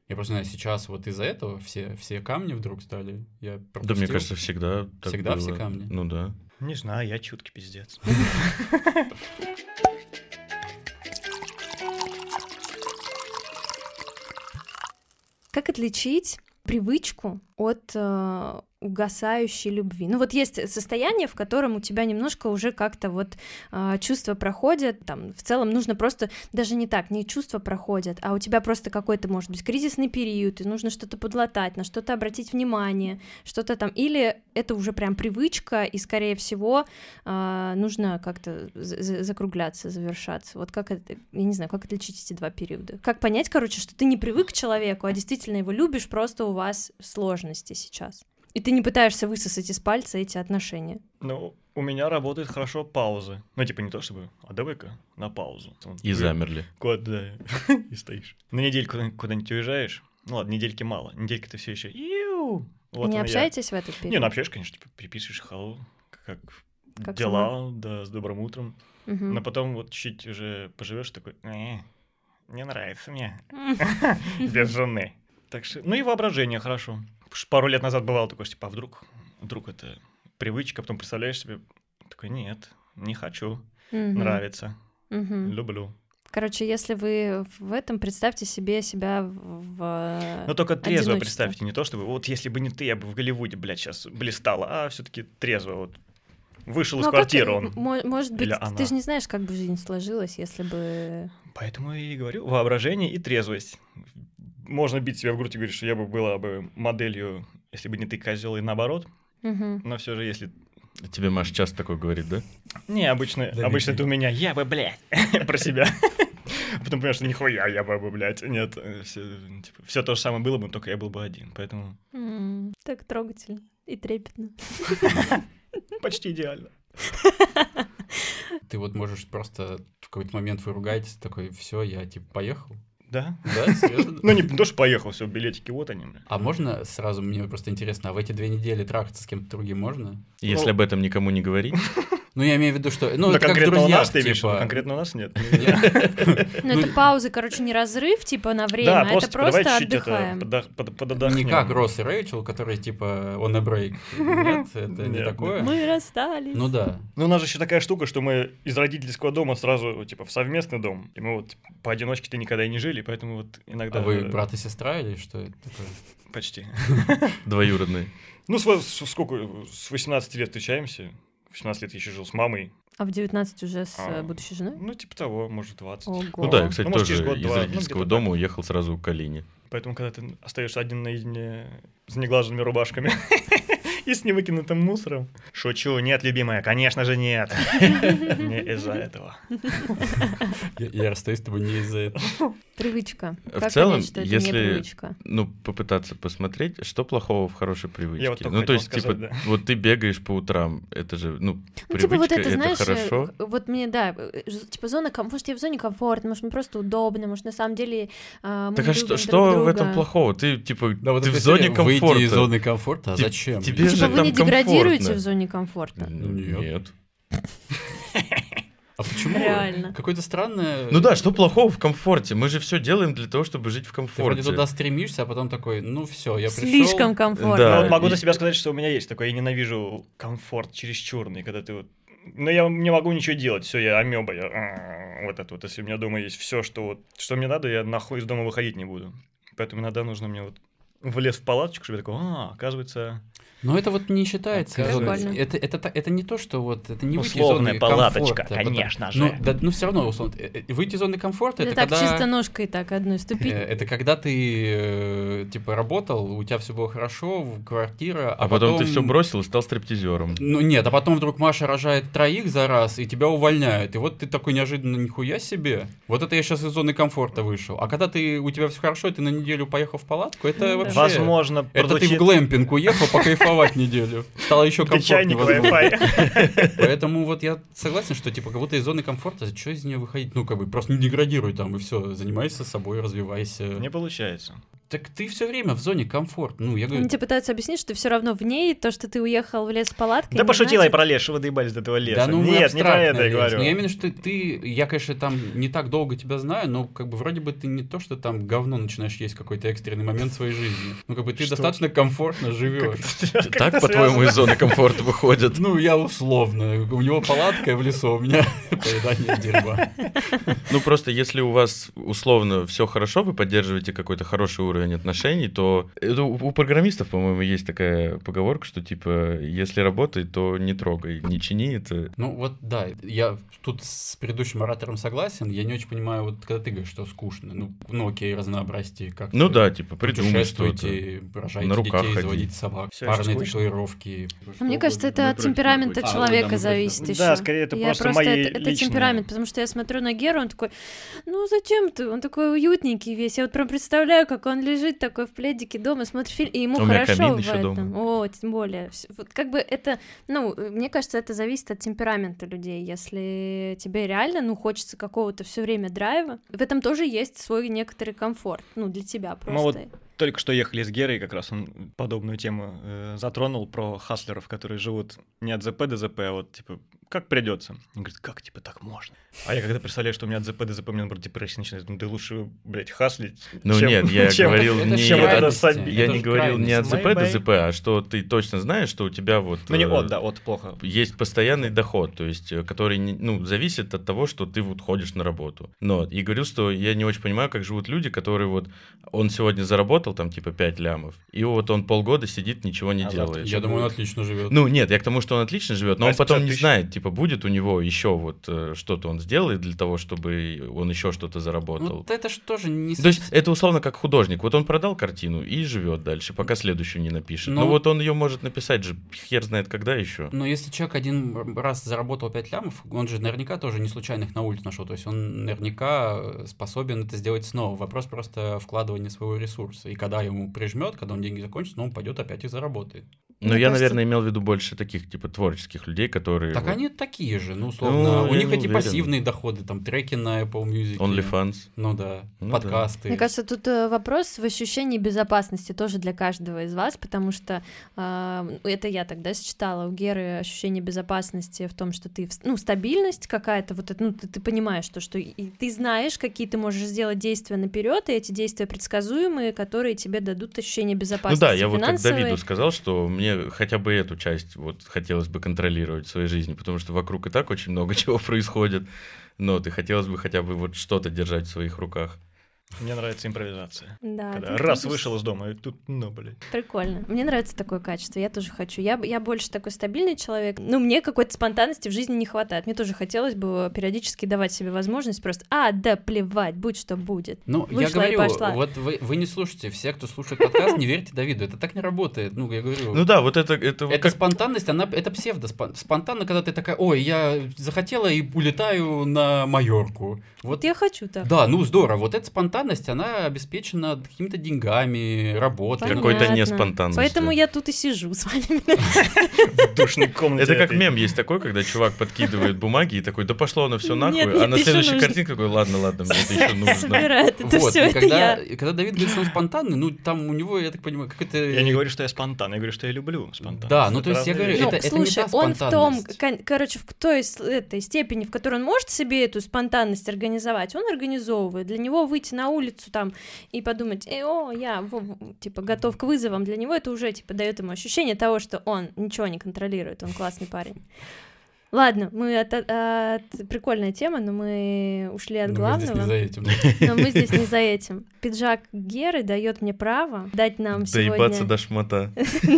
S2: Я просто знаю, сейчас вот из-за этого все, все камни вдруг стали. Я
S1: Да,
S2: пропустил.
S1: мне кажется, всегда так
S2: Всегда
S1: было.
S2: все камни?
S1: Ну да.
S4: Не знаю, я чуткий пиздец.
S3: Как отличить привычку от э, угасающей любви? Ну вот есть состояние, в котором у тебя немножко уже как-то вот э, чувства проходят, там в целом нужно просто, даже не так, не чувства проходят, а у тебя просто какой-то, может быть, кризисный период, и нужно что-то подлатать, на что-то обратить внимание, что-то там, или это уже прям привычка, и, скорее всего, э, нужно как-то за- закругляться, завершаться. Вот как это, я не знаю, как отличить эти два периода? Как понять, короче, что ты не привык к человеку, а действительно его любишь, просто у вас сложности сейчас. И ты не пытаешься высосать из пальца эти отношения.
S4: Ну, у меня работает хорошо паузы. Ну, типа не то чтобы, а давай-ка на паузу.
S1: И замерли.
S4: Куда и стоишь. На недельку куда-нибудь уезжаешь. Ну ладно, недельки мало. Неделька ты все еще. Иу! Вот
S3: Не
S4: она я.
S3: общаетесь в этот период?
S4: Не, ну общаешься, конечно, типа переписываешь, hello, как,
S3: Как
S4: дела, да, с добрым утром.
S3: Мгм.
S4: Но потом вот чуть уже поживешь такой, «Э, не нравится мне без жены. Так что, ну и воображение хорошо. Потому что пару лет назад бывало такое, что, типа, а вдруг, вдруг это привычка, потом представляешь себе, такой, нет, не хочу,
S3: Мгм.
S4: нравится,
S3: Мгм.
S4: люблю.
S3: Короче, если вы в этом, представьте себе себя в... в
S4: Но только трезво
S3: одиночестве.
S4: представьте, не то чтобы, вот если бы не ты, я бы в Голливуде, блядь, сейчас блистала, а все-таки трезво вот. Вышел из
S3: Ну, а как
S4: квартиры
S3: ты-
S4: он.
S3: мо- Может быть,
S4: Или
S3: ты
S4: она.
S3: же не знаешь, как бы жизнь сложилась, если бы...
S4: Поэтому я и говорю, воображение и трезвость. Можно бить себя в грудь и говорить, что я бы была бы моделью, если бы не ты, козел, и наоборот.
S3: Мгм.
S4: Но все же, если...
S1: Тебе Маша часто такое говорит, да?
S4: Не, обычно,
S2: Да,
S4: обычно
S2: не
S4: это у меня «я бы, блядь», про себя. Потом понимаешь, что нихуя я бы, блядь. Нет, все то же самое было бы, только я был бы один. Поэтому
S3: М, Так трогательно и трепетно.
S4: почти идеально.
S2: Ты вот можешь просто в какой-то момент вы ругаетесь, такой, все, я типа поехал.
S4: Да?
S2: Да, серьезно?
S4: Ну, не то, что поехал, все, билетики вот они. бля.
S2: А можно сразу, мне просто интересно, а в эти две недели трахаться с кем-то другим можно?
S1: Если
S4: Ну.
S1: об этом никому не говорить.
S2: Ну, я имею в виду, что... Ну,
S4: Да
S2: это как в
S4: конкретно у
S2: друзьях,
S4: нас ты имеешь в виду?
S2: типа.
S4: Конкретно у нас нет.
S3: Ну, это паузы, короче, не разрыв, типа, на время,
S4: Да,
S3: а это
S4: просто типа, давай
S3: просто
S4: чуть-чуть это
S3: отдыхаем.
S4: подо- под-
S2: Не
S4: подотдохнем.
S2: как Росс и Рэйчел, которые типа on a break. Нет, это не
S4: Нет.
S2: такое.
S3: Мы расстались.
S2: Ну да.
S4: Ну, у нас же еще такая штука, что мы из родительского дома сразу, типа, в совместный дом. И мы вот поодиночке-то никогда и не жили, поэтому вот иногда...
S2: А вы
S4: э,
S2: брат и сестра или что это такое?
S4: Почти.
S1: Двоюродные.
S4: Ну, с, во- с- сколько, с восемнадцати лет встречаемся. В восемнадцать лет я еще жил с мамой.
S3: А в девятнадцать уже с
S4: А.
S3: э, будущей женой?
S4: Ну, типа того, может, двадцать.
S3: Ого.
S1: Ну да, я, кстати,
S4: Ну, может,
S1: тоже
S4: через
S1: из
S4: год-два. Ну,
S1: родительского
S4: где-то
S1: дома уехал сразу к Алине.
S4: Поэтому, когда ты остаешься один наедине с неглаженными рубашками и с невыкинутым мусором. Шучу, нет, любимая, конечно же нет. Не из-за этого.
S2: Я, я расстаюсь с тобой не из-за этого.
S3: Привычка.
S1: В
S3: Как
S1: целом,
S3: понять, что это не
S1: если-
S3: привычка?
S1: Ну, попытаться посмотреть, что плохого в хорошей привычке.
S4: Я вот только
S1: ну, то
S4: хотел
S1: есть,
S4: сказать,
S1: типа,
S4: да.
S1: вот ты бегаешь по утрам, это же, ну,
S3: Ну,
S1: привычка,
S3: типа вот это,
S1: это
S3: знаешь,
S1: хорошо.
S3: э, вот мне, да, э, ж- типа зона, ком- может, я в зоне комфорта, может, мне просто удобно, может, на самом деле а, мы
S1: Так а
S3: любим
S1: что,
S3: друг
S1: что в
S3: друга.
S1: этом плохого? Ты, типа,
S2: Да, вот
S1: ты в
S2: это
S1: зоне
S2: серия, выйти
S1: комфорта.
S2: из зоны комфорта, а
S1: Ти-
S2: зачем?
S1: тебе
S3: Типа
S1: же
S3: вы
S1: там
S3: не деградируете
S1: комфортно.
S3: в зоне комфорта?
S2: Нет.
S1: Нет.
S2: А почему?
S3: Реально.
S2: Какое-то странное...
S1: Ну да, что плохого в комфорте? Мы же все делаем для того, чтобы жить в
S2: Ты вроде
S1: комфорте.
S2: туда стремишься, а потом такой, ну все, я пришел.
S3: Слишком комфортно.
S1: Да.
S4: Ну, вот могу
S1: и-
S4: за себя сказать, что у меня есть такое, я ненавижу комфорт чересчурный, когда ты вот... Ну, я не могу ничего делать, все, я амеба, я... а, вот это вот, если у меня дома есть все, что вот, что мне надо, я нахуй из дома выходить не буду. Поэтому иногда нужно мне вот влез в палаточку, чтобы я такой, а, оказывается...
S2: Но это вот не считается.
S4: Прикольно.
S2: Это, это, та- это не то, что вот это не выйти из
S4: Условная
S2: зоны
S4: палаточка,
S2: комфорта.
S4: конечно
S2: Потому-
S4: же.
S2: Ну, да, ну все равно, условно, э, э, выйти из зоны комфорта,
S3: Это
S2: это,
S3: так
S2: когда...
S3: чисто ножкой так одной
S2: э,
S3: ступить.
S2: Это когда ты, э, типа, работал, у тебя все было хорошо, в- квартира, а,
S1: А потом ты все бросил и стал стриптизером.
S2: Ну нет, а потом вдруг Маша рожает троих за раз, и тебя увольняют. И вот ты такой неожиданно, нихуя себе. Вот это я сейчас из зоны комфорта вышел. А когда ты, у тебя все хорошо, и ты на неделю поехал в палатку, это
S3: Да.
S2: вообще...
S4: Возможно,
S2: Это ты в
S4: прозвучит
S2: глэмпинг уехал покайфовать неделю. Стало еще
S4: где чайник,
S2: комфортнее. возможно.
S4: Wi-Fi.
S2: Поэтому вот я согласен, что типа как будто из зоны комфорта, что из нее выходить? Ну, как бы просто не деградируй там, и все, занимайся собой, развивайся.
S4: Не получается.
S2: Так ты все время в зоне комфорта. Ну, я говорю...
S3: Они тебе пытаются объяснить, что ты все равно в ней, то, что ты уехал в лес с палаткой.
S4: Да пошутила
S3: значит...
S4: и про лес, что вы доебались до этого леса.
S2: Да, ну,
S4: Нет, не про это я
S2: лес.
S4: говорю.
S2: Но я именно, что ты, я, конечно, там не так долго тебя знаю, но как бы вроде бы ты не то, что там говно начинаешь есть в какой-то экстренный момент своей жизни. Ну, как бы ты
S4: Что?
S2: достаточно комфортно живешь.
S1: Так, по-твоему, из зоны комфорта выходят?
S2: Ну, я условно. У него палатка в лесу, у меня поедание дерьма.
S1: Ну, просто если у вас условно все хорошо, вы поддерживаете какой-то хороший уровень отношений, то это у, у программистов, по-моему, есть такая поговорка, что типа, если работает, то не трогай, не чини это.
S2: Ну, вот да, я тут с предыдущим оратором согласен, я не очень понимаю, вот когда ты говоришь, что скучно, ну, ну окей, разнообразьте как-то.
S1: Ну да, типа, придумай что-то.
S2: Путешествуйте, рожайте
S1: На руках
S2: детей,
S1: ходи.
S2: заводите собак,
S4: Всё
S2: парные
S4: очень скучно.
S2: татуировки.
S3: А мне кажется, это
S1: Мы
S3: от
S1: против
S3: темперамента
S1: наркотиков.
S2: А,
S3: человека
S2: да, мы
S3: зависит
S2: против.
S3: еще.
S4: Да, скорее, это
S3: Я
S4: просто мои
S3: это, это
S4: личные.
S3: темперамент, потому что я смотрю на Геру, он такой, ну зачем ты? Он такой уютненький весь. Я вот прям представляю, как он лежит такой в пледике дома, смотрит фильм, и ему
S1: У меня
S3: хорошо
S1: камин
S3: в
S1: ещё
S3: этом.
S1: дома.
S3: О, тем более. Всё- Вот как бы это, ну, мне кажется, это зависит от темперамента людей. Если тебе реально, ну, хочется какого-то все время драйва, в этом тоже есть свой некоторый комфорт, ну, для тебя просто.
S4: Мы вот только что ехали с Герой, как раз он подобную тему э, затронул про хаслеров, которые живут не от ЗП до ЗП, а вот, типа, как придется. Он говорит, как, типа, так можно? А я когда представляю, что у меня от ЗП до ЗП, мне, наоборот, депрессия начинает, думаю, да лучше, блядь, хаслить,
S1: Ну
S4: чем-
S1: нет, я
S4: чем-
S1: говорил
S2: это
S1: не...
S4: чем вот это
S2: крайности.
S4: сабить.
S1: Я
S2: Это
S1: не
S2: же
S1: говорил не от
S2: крайность.
S1: ЗП до
S4: Бай-бай.
S1: ЗП, а что ты точно знаешь, что у тебя вот...
S4: Ну не
S1: э,
S4: от, да, от плохо.
S1: есть постоянный доход, то есть, э, который, не- ну, зависит от того, что ты вот ходишь на работу. Но, и говорил, что я не очень понимаю, как живут люди, которые вот, он сегодня заработал там типа пять лямов, и вот он полгода сидит, ничего не
S4: А завтра
S1: делает.
S2: Я думаю, он отлично живет.
S1: Ну, нет, я к тому, что он отлично живет, но он
S4: двадцать
S1: потом не
S4: тысяч.
S1: знает, типа, будет у него еще вот э, что-то он сделает для того, чтобы он еще что-то заработал.
S2: Вот это же тоже не...
S1: То есть это условно как художник. Вот он продал картину и живет дальше, пока следующую не напишет.
S2: Но-
S1: Ну вот он ее может написать же, хер знает когда еще.
S2: Но если человек один раз заработал пять лямов, он же наверняка тоже не случайно их на улице нашел. То есть он наверняка способен это сделать снова. Вопрос просто вкладывания своего ресурса. И когда ему прижмет, когда он деньги закончит, ну, он пойдет опять их заработает.
S1: Но
S3: Мне
S1: я,
S3: кажется-
S1: наверное, имел в виду больше таких, типа, творческих людей, которые...
S2: Так
S1: вот,
S2: они такие же, ну, условно.
S1: Ну,
S2: у
S1: я
S2: них
S1: не
S2: эти
S1: уверен.
S2: пассивные доходы, там, треки на Apple Music.
S1: OnlyFans.
S2: Ну да,
S1: Ну
S2: подкасты.
S3: Мне кажется, тут э, вопрос в ощущении безопасности тоже для каждого из вас, потому что э, это я тогда считала, у Геры ощущение безопасности в том, что ты, в- ну, стабильность какая-то, вот это, ну, ты, ты понимаешь то, что и ты знаешь, какие ты можешь сделать действия наперед, и эти действия предсказуемые, которые тебе дадут ощущение
S1: Ну
S3: безопасности
S1: да, я вот как
S3: финансовой.
S1: Давиду сказал, что мне хотя бы эту часть вот хотелось бы контролировать в своей жизни, потому что вокруг и так очень много чего происходит, но ты хотелось бы хотя бы вот что-то держать в своих руках.
S4: Мне нравится импровизация.
S3: Да,
S4: Когда
S3: ты
S4: раз
S3: будешь-
S4: вышел из дома, и тут, ну, блядь.
S3: Прикольно. Мне нравится такое качество, я тоже хочу. Я, я больше такой стабильный человек. Ну, мне какой-то спонтанности в жизни не хватает. Мне тоже хотелось бы периодически давать себе возможность просто, а, да плевать, будь что будет.
S2: Ну, я
S3: Вышла и
S2: говорю,
S3: пошла.
S2: вот вы, вы не слушайте, все, кто слушает подкаст, не верьте Давиду, это так не работает. Ну, я говорю...
S1: Ну да, вот это... Это, вот
S2: Это
S1: как...
S2: спонтанность, она, это псевдо. Спонтанно, когда ты такая, ой, я захотела и улетаю на Майорку. Вот,
S3: Вот я хочу так.
S2: да, ну здорово. Вот эта спонтанность, она обеспечена какими-то деньгами, работой.
S3: Понятно.
S1: Какой-то неспонтанностью.
S3: Поэтому я тут и сижу с вами.
S4: В душной комнате.
S1: Это как
S4: этой.
S1: мем есть такой, когда чувак подкидывает бумаги и такой, да пошло оно все нахуй,
S3: Нет,
S1: а
S3: нет,
S1: на
S3: еще
S1: следующей
S3: нужно.
S1: картинке такой, ладно, ладно, мне это еще нужно.
S3: Собирает это
S2: Вот,
S3: все,
S2: и
S3: это
S2: когда,
S3: я.
S2: и когда Давид говорит, что он спонтанный, ну там у него, я так понимаю, как это...
S4: Я не говорю, что я спонтанный, я говорю, что я люблю спонтанность.
S2: Да, ну,
S4: Это
S2: то есть я
S4: разные
S2: говорю,
S4: вещи.
S3: Ну,
S2: это- это не
S3: слушай,
S2: та
S3: он в том,
S2: спонтанность.
S3: кон- короче, в той с- этой степени, в которой он может себе эту спонтанность организовать, он организовывает. Для него выйти на улицу там и подумать, э, о, я, во- в- типа, готов к вызовам, для него это уже, типа, дает ему ощущение того, что он ничего не контролирует, он классный парень. Ладно, мы от, от- прикольная тема, но мы ушли от
S2: Ну, мы здесь
S3: главного.
S2: не за этим.
S3: Но мы здесь не за этим. Пиджак Геры дает мне право дать нам
S1: Доебаться
S3: сегодня...
S1: до шмота.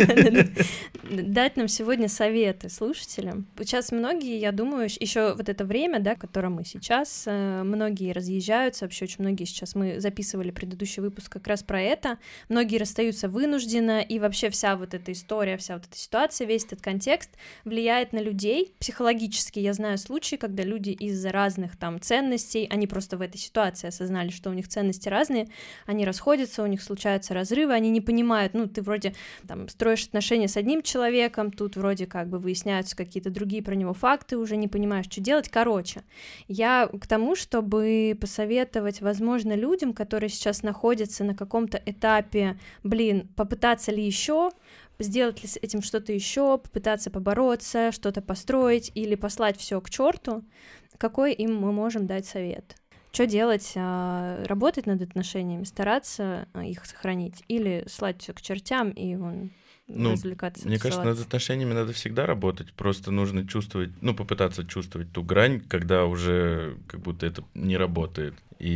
S3: Дать нам сегодня советы слушателям. Сейчас многие, я думаю, еще вот это время, да, в котором мы сейчас, э, многие разъезжаются, вообще очень многие сейчас, мы записывали предыдущий выпуск как раз про это, многие расстаются вынужденно, и вообще вся вот эта история, вся вот эта ситуация, весь этот контекст влияет на людей психологически, психологически я знаю случаи, когда люди из-за разных там ценностей, они просто в этой ситуации осознали, что у них ценности разные, они расходятся, у них случаются разрывы, они не понимают, ну, ты вроде там строишь отношения с одним человеком, тут вроде как бы выясняются какие-то другие про него факты, уже не понимаешь, что делать. Короче, я к тому, чтобы посоветовать, возможно, людям, которые сейчас находятся на каком-то этапе, блин, попытаться ли еще, сделать ли с этим что-то еще, попытаться побороться, что-то построить или послать все к черту, какой им мы можем дать совет? Что делать? Работать над отношениями, стараться их сохранить или слать все к чертям и вон,
S1: ну,
S3: развлекаться?
S1: Мне кажется, над отношениями надо всегда работать, просто нужно чувствовать, ну, попытаться чувствовать ту грань, когда уже как будто это не работает,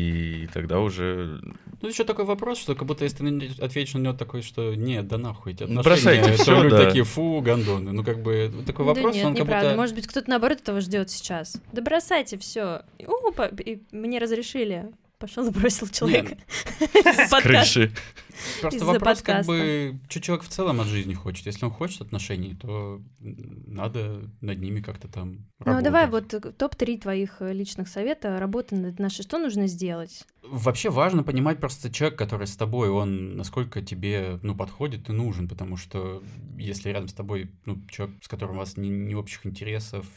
S1: и тогда уже...
S2: Ну, еще такой вопрос, что как будто если ты ответишь на него такой, что нет, да нахуй эти отношения,
S1: бросайте
S2: то
S1: всё,
S2: люди
S1: да.
S2: такие, фу, гондоны. Ну, как бы, такой вопрос,
S3: да нет,
S2: он как
S3: неправда.
S2: будто...
S3: Может быть, кто-то наоборот этого ждет сейчас. Да бросайте все. Опа, и мне разрешили. Пошел и бросил человека.
S1: С крыши.
S2: Просто
S3: Из-за
S2: вопрос, как
S3: подкаста.
S2: бы, что человек в целом от жизни хочет. Если он хочет отношений, то надо над ними как-то там
S3: Ну,
S2: работать.
S3: давай вот топ-три твоих личных совета работы над нашей. Что нужно сделать?
S2: Вообще важно понимать просто человек, который с тобой, он насколько тебе, ну, подходит и нужен, потому что если рядом с тобой, ну, человек, с которым у вас ни, ни общих интересов,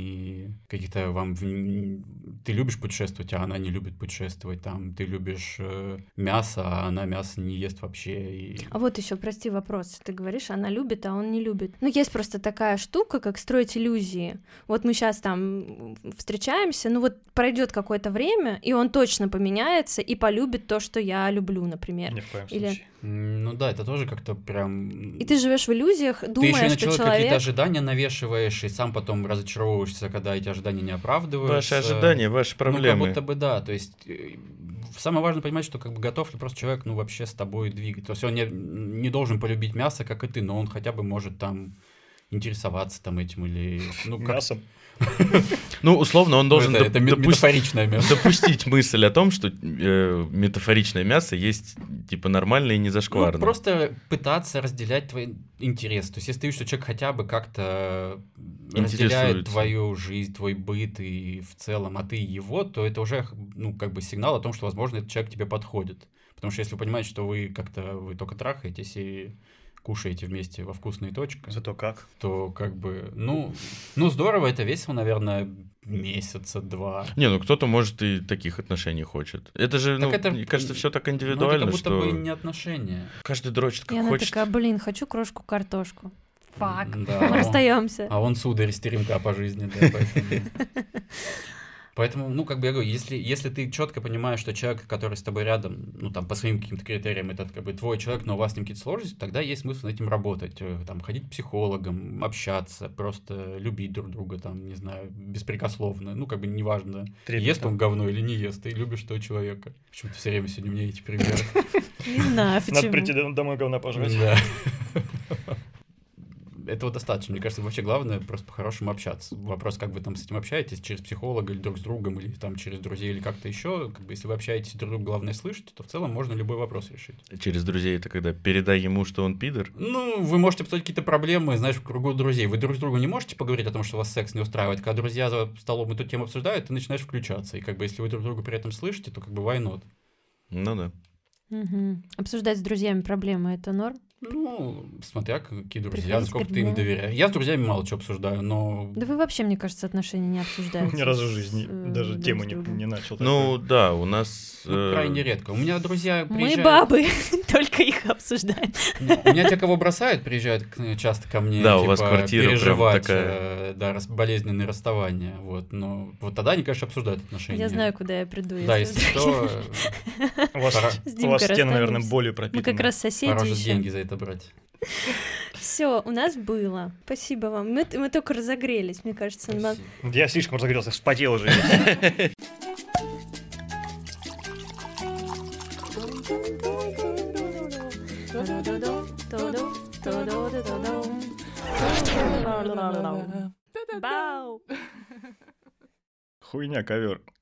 S2: ни каких-то вам... в- Ты любишь путешествовать, а она не любит путешествовать, там, ты любишь э, мясо, а она мясо не ест вообще. И...
S3: А вот еще, прости, вопрос. Ты говоришь, она любит, а он не любит. Ну, есть просто такая штука, как строить иллюзии. Вот мы сейчас там встречаемся, ну вот пройдет какое-то время, и он точно поменяется и полюбит то, что я люблю, например.
S4: Ни в коем
S3: Или-
S4: случае.
S2: М, Ну да, это тоже как-то прям...
S3: И ты живешь в иллюзиях,
S2: Ты еще
S3: думая,
S2: на
S3: что
S2: человека
S3: человек...
S2: какие-то ожидания навешиваешь, и сам потом разочаровываешься, когда эти ожидания не оправдываются.
S1: Ваши ожидания, ваши
S2: Ну,
S1: проблемы.
S2: как будто бы да, то есть э, самое важное понимать, что как бы готов ли просто человек, ну, вообще с тобой двигать. То есть он не, не должен полюбить мясо, как и ты, но он хотя бы может там интересоваться там этим или... Ну, как...
S4: Мясом.
S1: Ну, условно, он должен
S2: это,
S1: доп-
S2: это ме-
S1: допу-
S2: метафоричное мясо.
S1: допустить мысль о том, что э, метафоричное мясо есть типа нормальное и не
S2: Ну,
S1: зашкварное.
S2: просто пытаться разделять твои интересы. То есть, если ты видишь, что человек хотя бы как-то разделяет
S1: Интересуется.
S2: твою жизнь, твой быт и в целом, а ты его, то это уже, ну, как бы сигнал о том, что, возможно, этот человек тебе подходит. Потому что если вы понимаете, что вы как-то, вы только трахаетесь и кушаете вместе во вкусные точки,
S4: Зато как.
S2: то как бы, ну, ну, здорово, это весело, наверное, месяца два.
S1: Не, ну кто-то, может, и таких отношений хочет. Это же, ну,
S2: Так это-
S1: мне кажется, все так
S2: Ну,
S1: индивидуально,
S2: это как будто
S1: что
S2: бы не отношения.
S1: каждый дрочит
S3: И
S1: как
S3: она
S1: хочет.
S3: такая, блин, хочу крошку-картошку. Фак.
S2: Да,
S3: Мы
S2: он-
S3: расстаемся.
S2: А он сударь стеремка по жизни, да, поэтому... Поэтому, ну, как бы я говорю, если, если ты четко понимаешь, что человек, который с тобой рядом, ну, там, по своим каким-то критериям, это как бы твой человек, но у вас с ним какие-то сложности, тогда есть смысл над этим работать, э, там, ходить к психологам, общаться, просто любить друг друга, там, не знаю, беспрекословно, ну, как бы неважно,
S4: Трепетно.
S2: ест он говно или не ест, ты любишь того человека. Почему-то все время сегодня у меня эти примеры.
S3: Не знаю,
S4: Надо прийти
S3: почему.
S4: до- домой говна пожрать.
S2: Да. Этого достаточно. Мне кажется, вообще главное просто по-хорошему общаться. Вопрос, как вы там с этим общаетесь, через психолога или друг с другом, или там через друзей, или как-то еще. Как бы, если вы общаетесь друг друга, главное слышите, то в целом можно любой вопрос решить.
S1: Через друзей это когда передай ему, что он пидор.
S2: Ну, вы можете обсудить какие-то проблемы, знаешь, в кругу друзей. Вы друг с другом не можете поговорить о том, что вас секс не устраивает. Когда друзья за столом эту тему обсуждают, ты начинаешь включаться. И как бы, если вы друг друга при этом слышите, то как бы why not?
S1: Ну да.
S3: Мгм. Обсуждать с друзьями проблемы — это норм?
S2: Ну, смотря какие друзья,
S3: Приходить
S2: насколько
S3: к
S2: ты им
S3: нему.
S2: доверяешь. Я с друзьями мало чего обсуждаю, но...
S3: Да вы вообще, мне кажется, отношения не обсуждаете.
S4: Ни разу в
S3: с,
S4: жизни
S3: э,
S4: даже
S3: друг
S4: тему
S3: с
S4: не,
S3: другом.
S4: не начал.
S1: Ну да, у нас...
S2: Ну,
S1: э,
S2: крайне редко. У меня друзья
S3: Мы
S2: приезжают...
S3: бабы, только их обсуждаем.
S2: Ну, У меня те, кого бросают, приезжают к- часто ко мне,
S1: Да, у
S2: типа,
S1: вас квартира прям
S2: переживать,
S1: такая.
S2: э, да, рас- болезненные расставания, вот, но вот тогда они, конечно, обсуждают отношения.
S3: Я знаю, куда я приду.
S2: Да, если что,
S4: У вас,
S2: пора,
S3: С
S4: у вас
S3: Димкой
S4: стены, наверное,
S3: расстанемся.
S4: болью
S3: Мы
S4: пропитаны.
S3: как раз соседи
S2: пора же
S3: еще.
S2: деньги за это брать.
S3: Все, у нас было. Спасибо вам. Мы, мы только разогрелись, мне кажется. на-
S2: Спасибо.
S4: Я слишком разогрелся, вспотел уже.
S3: Бау.
S4: Хуйня, ковер.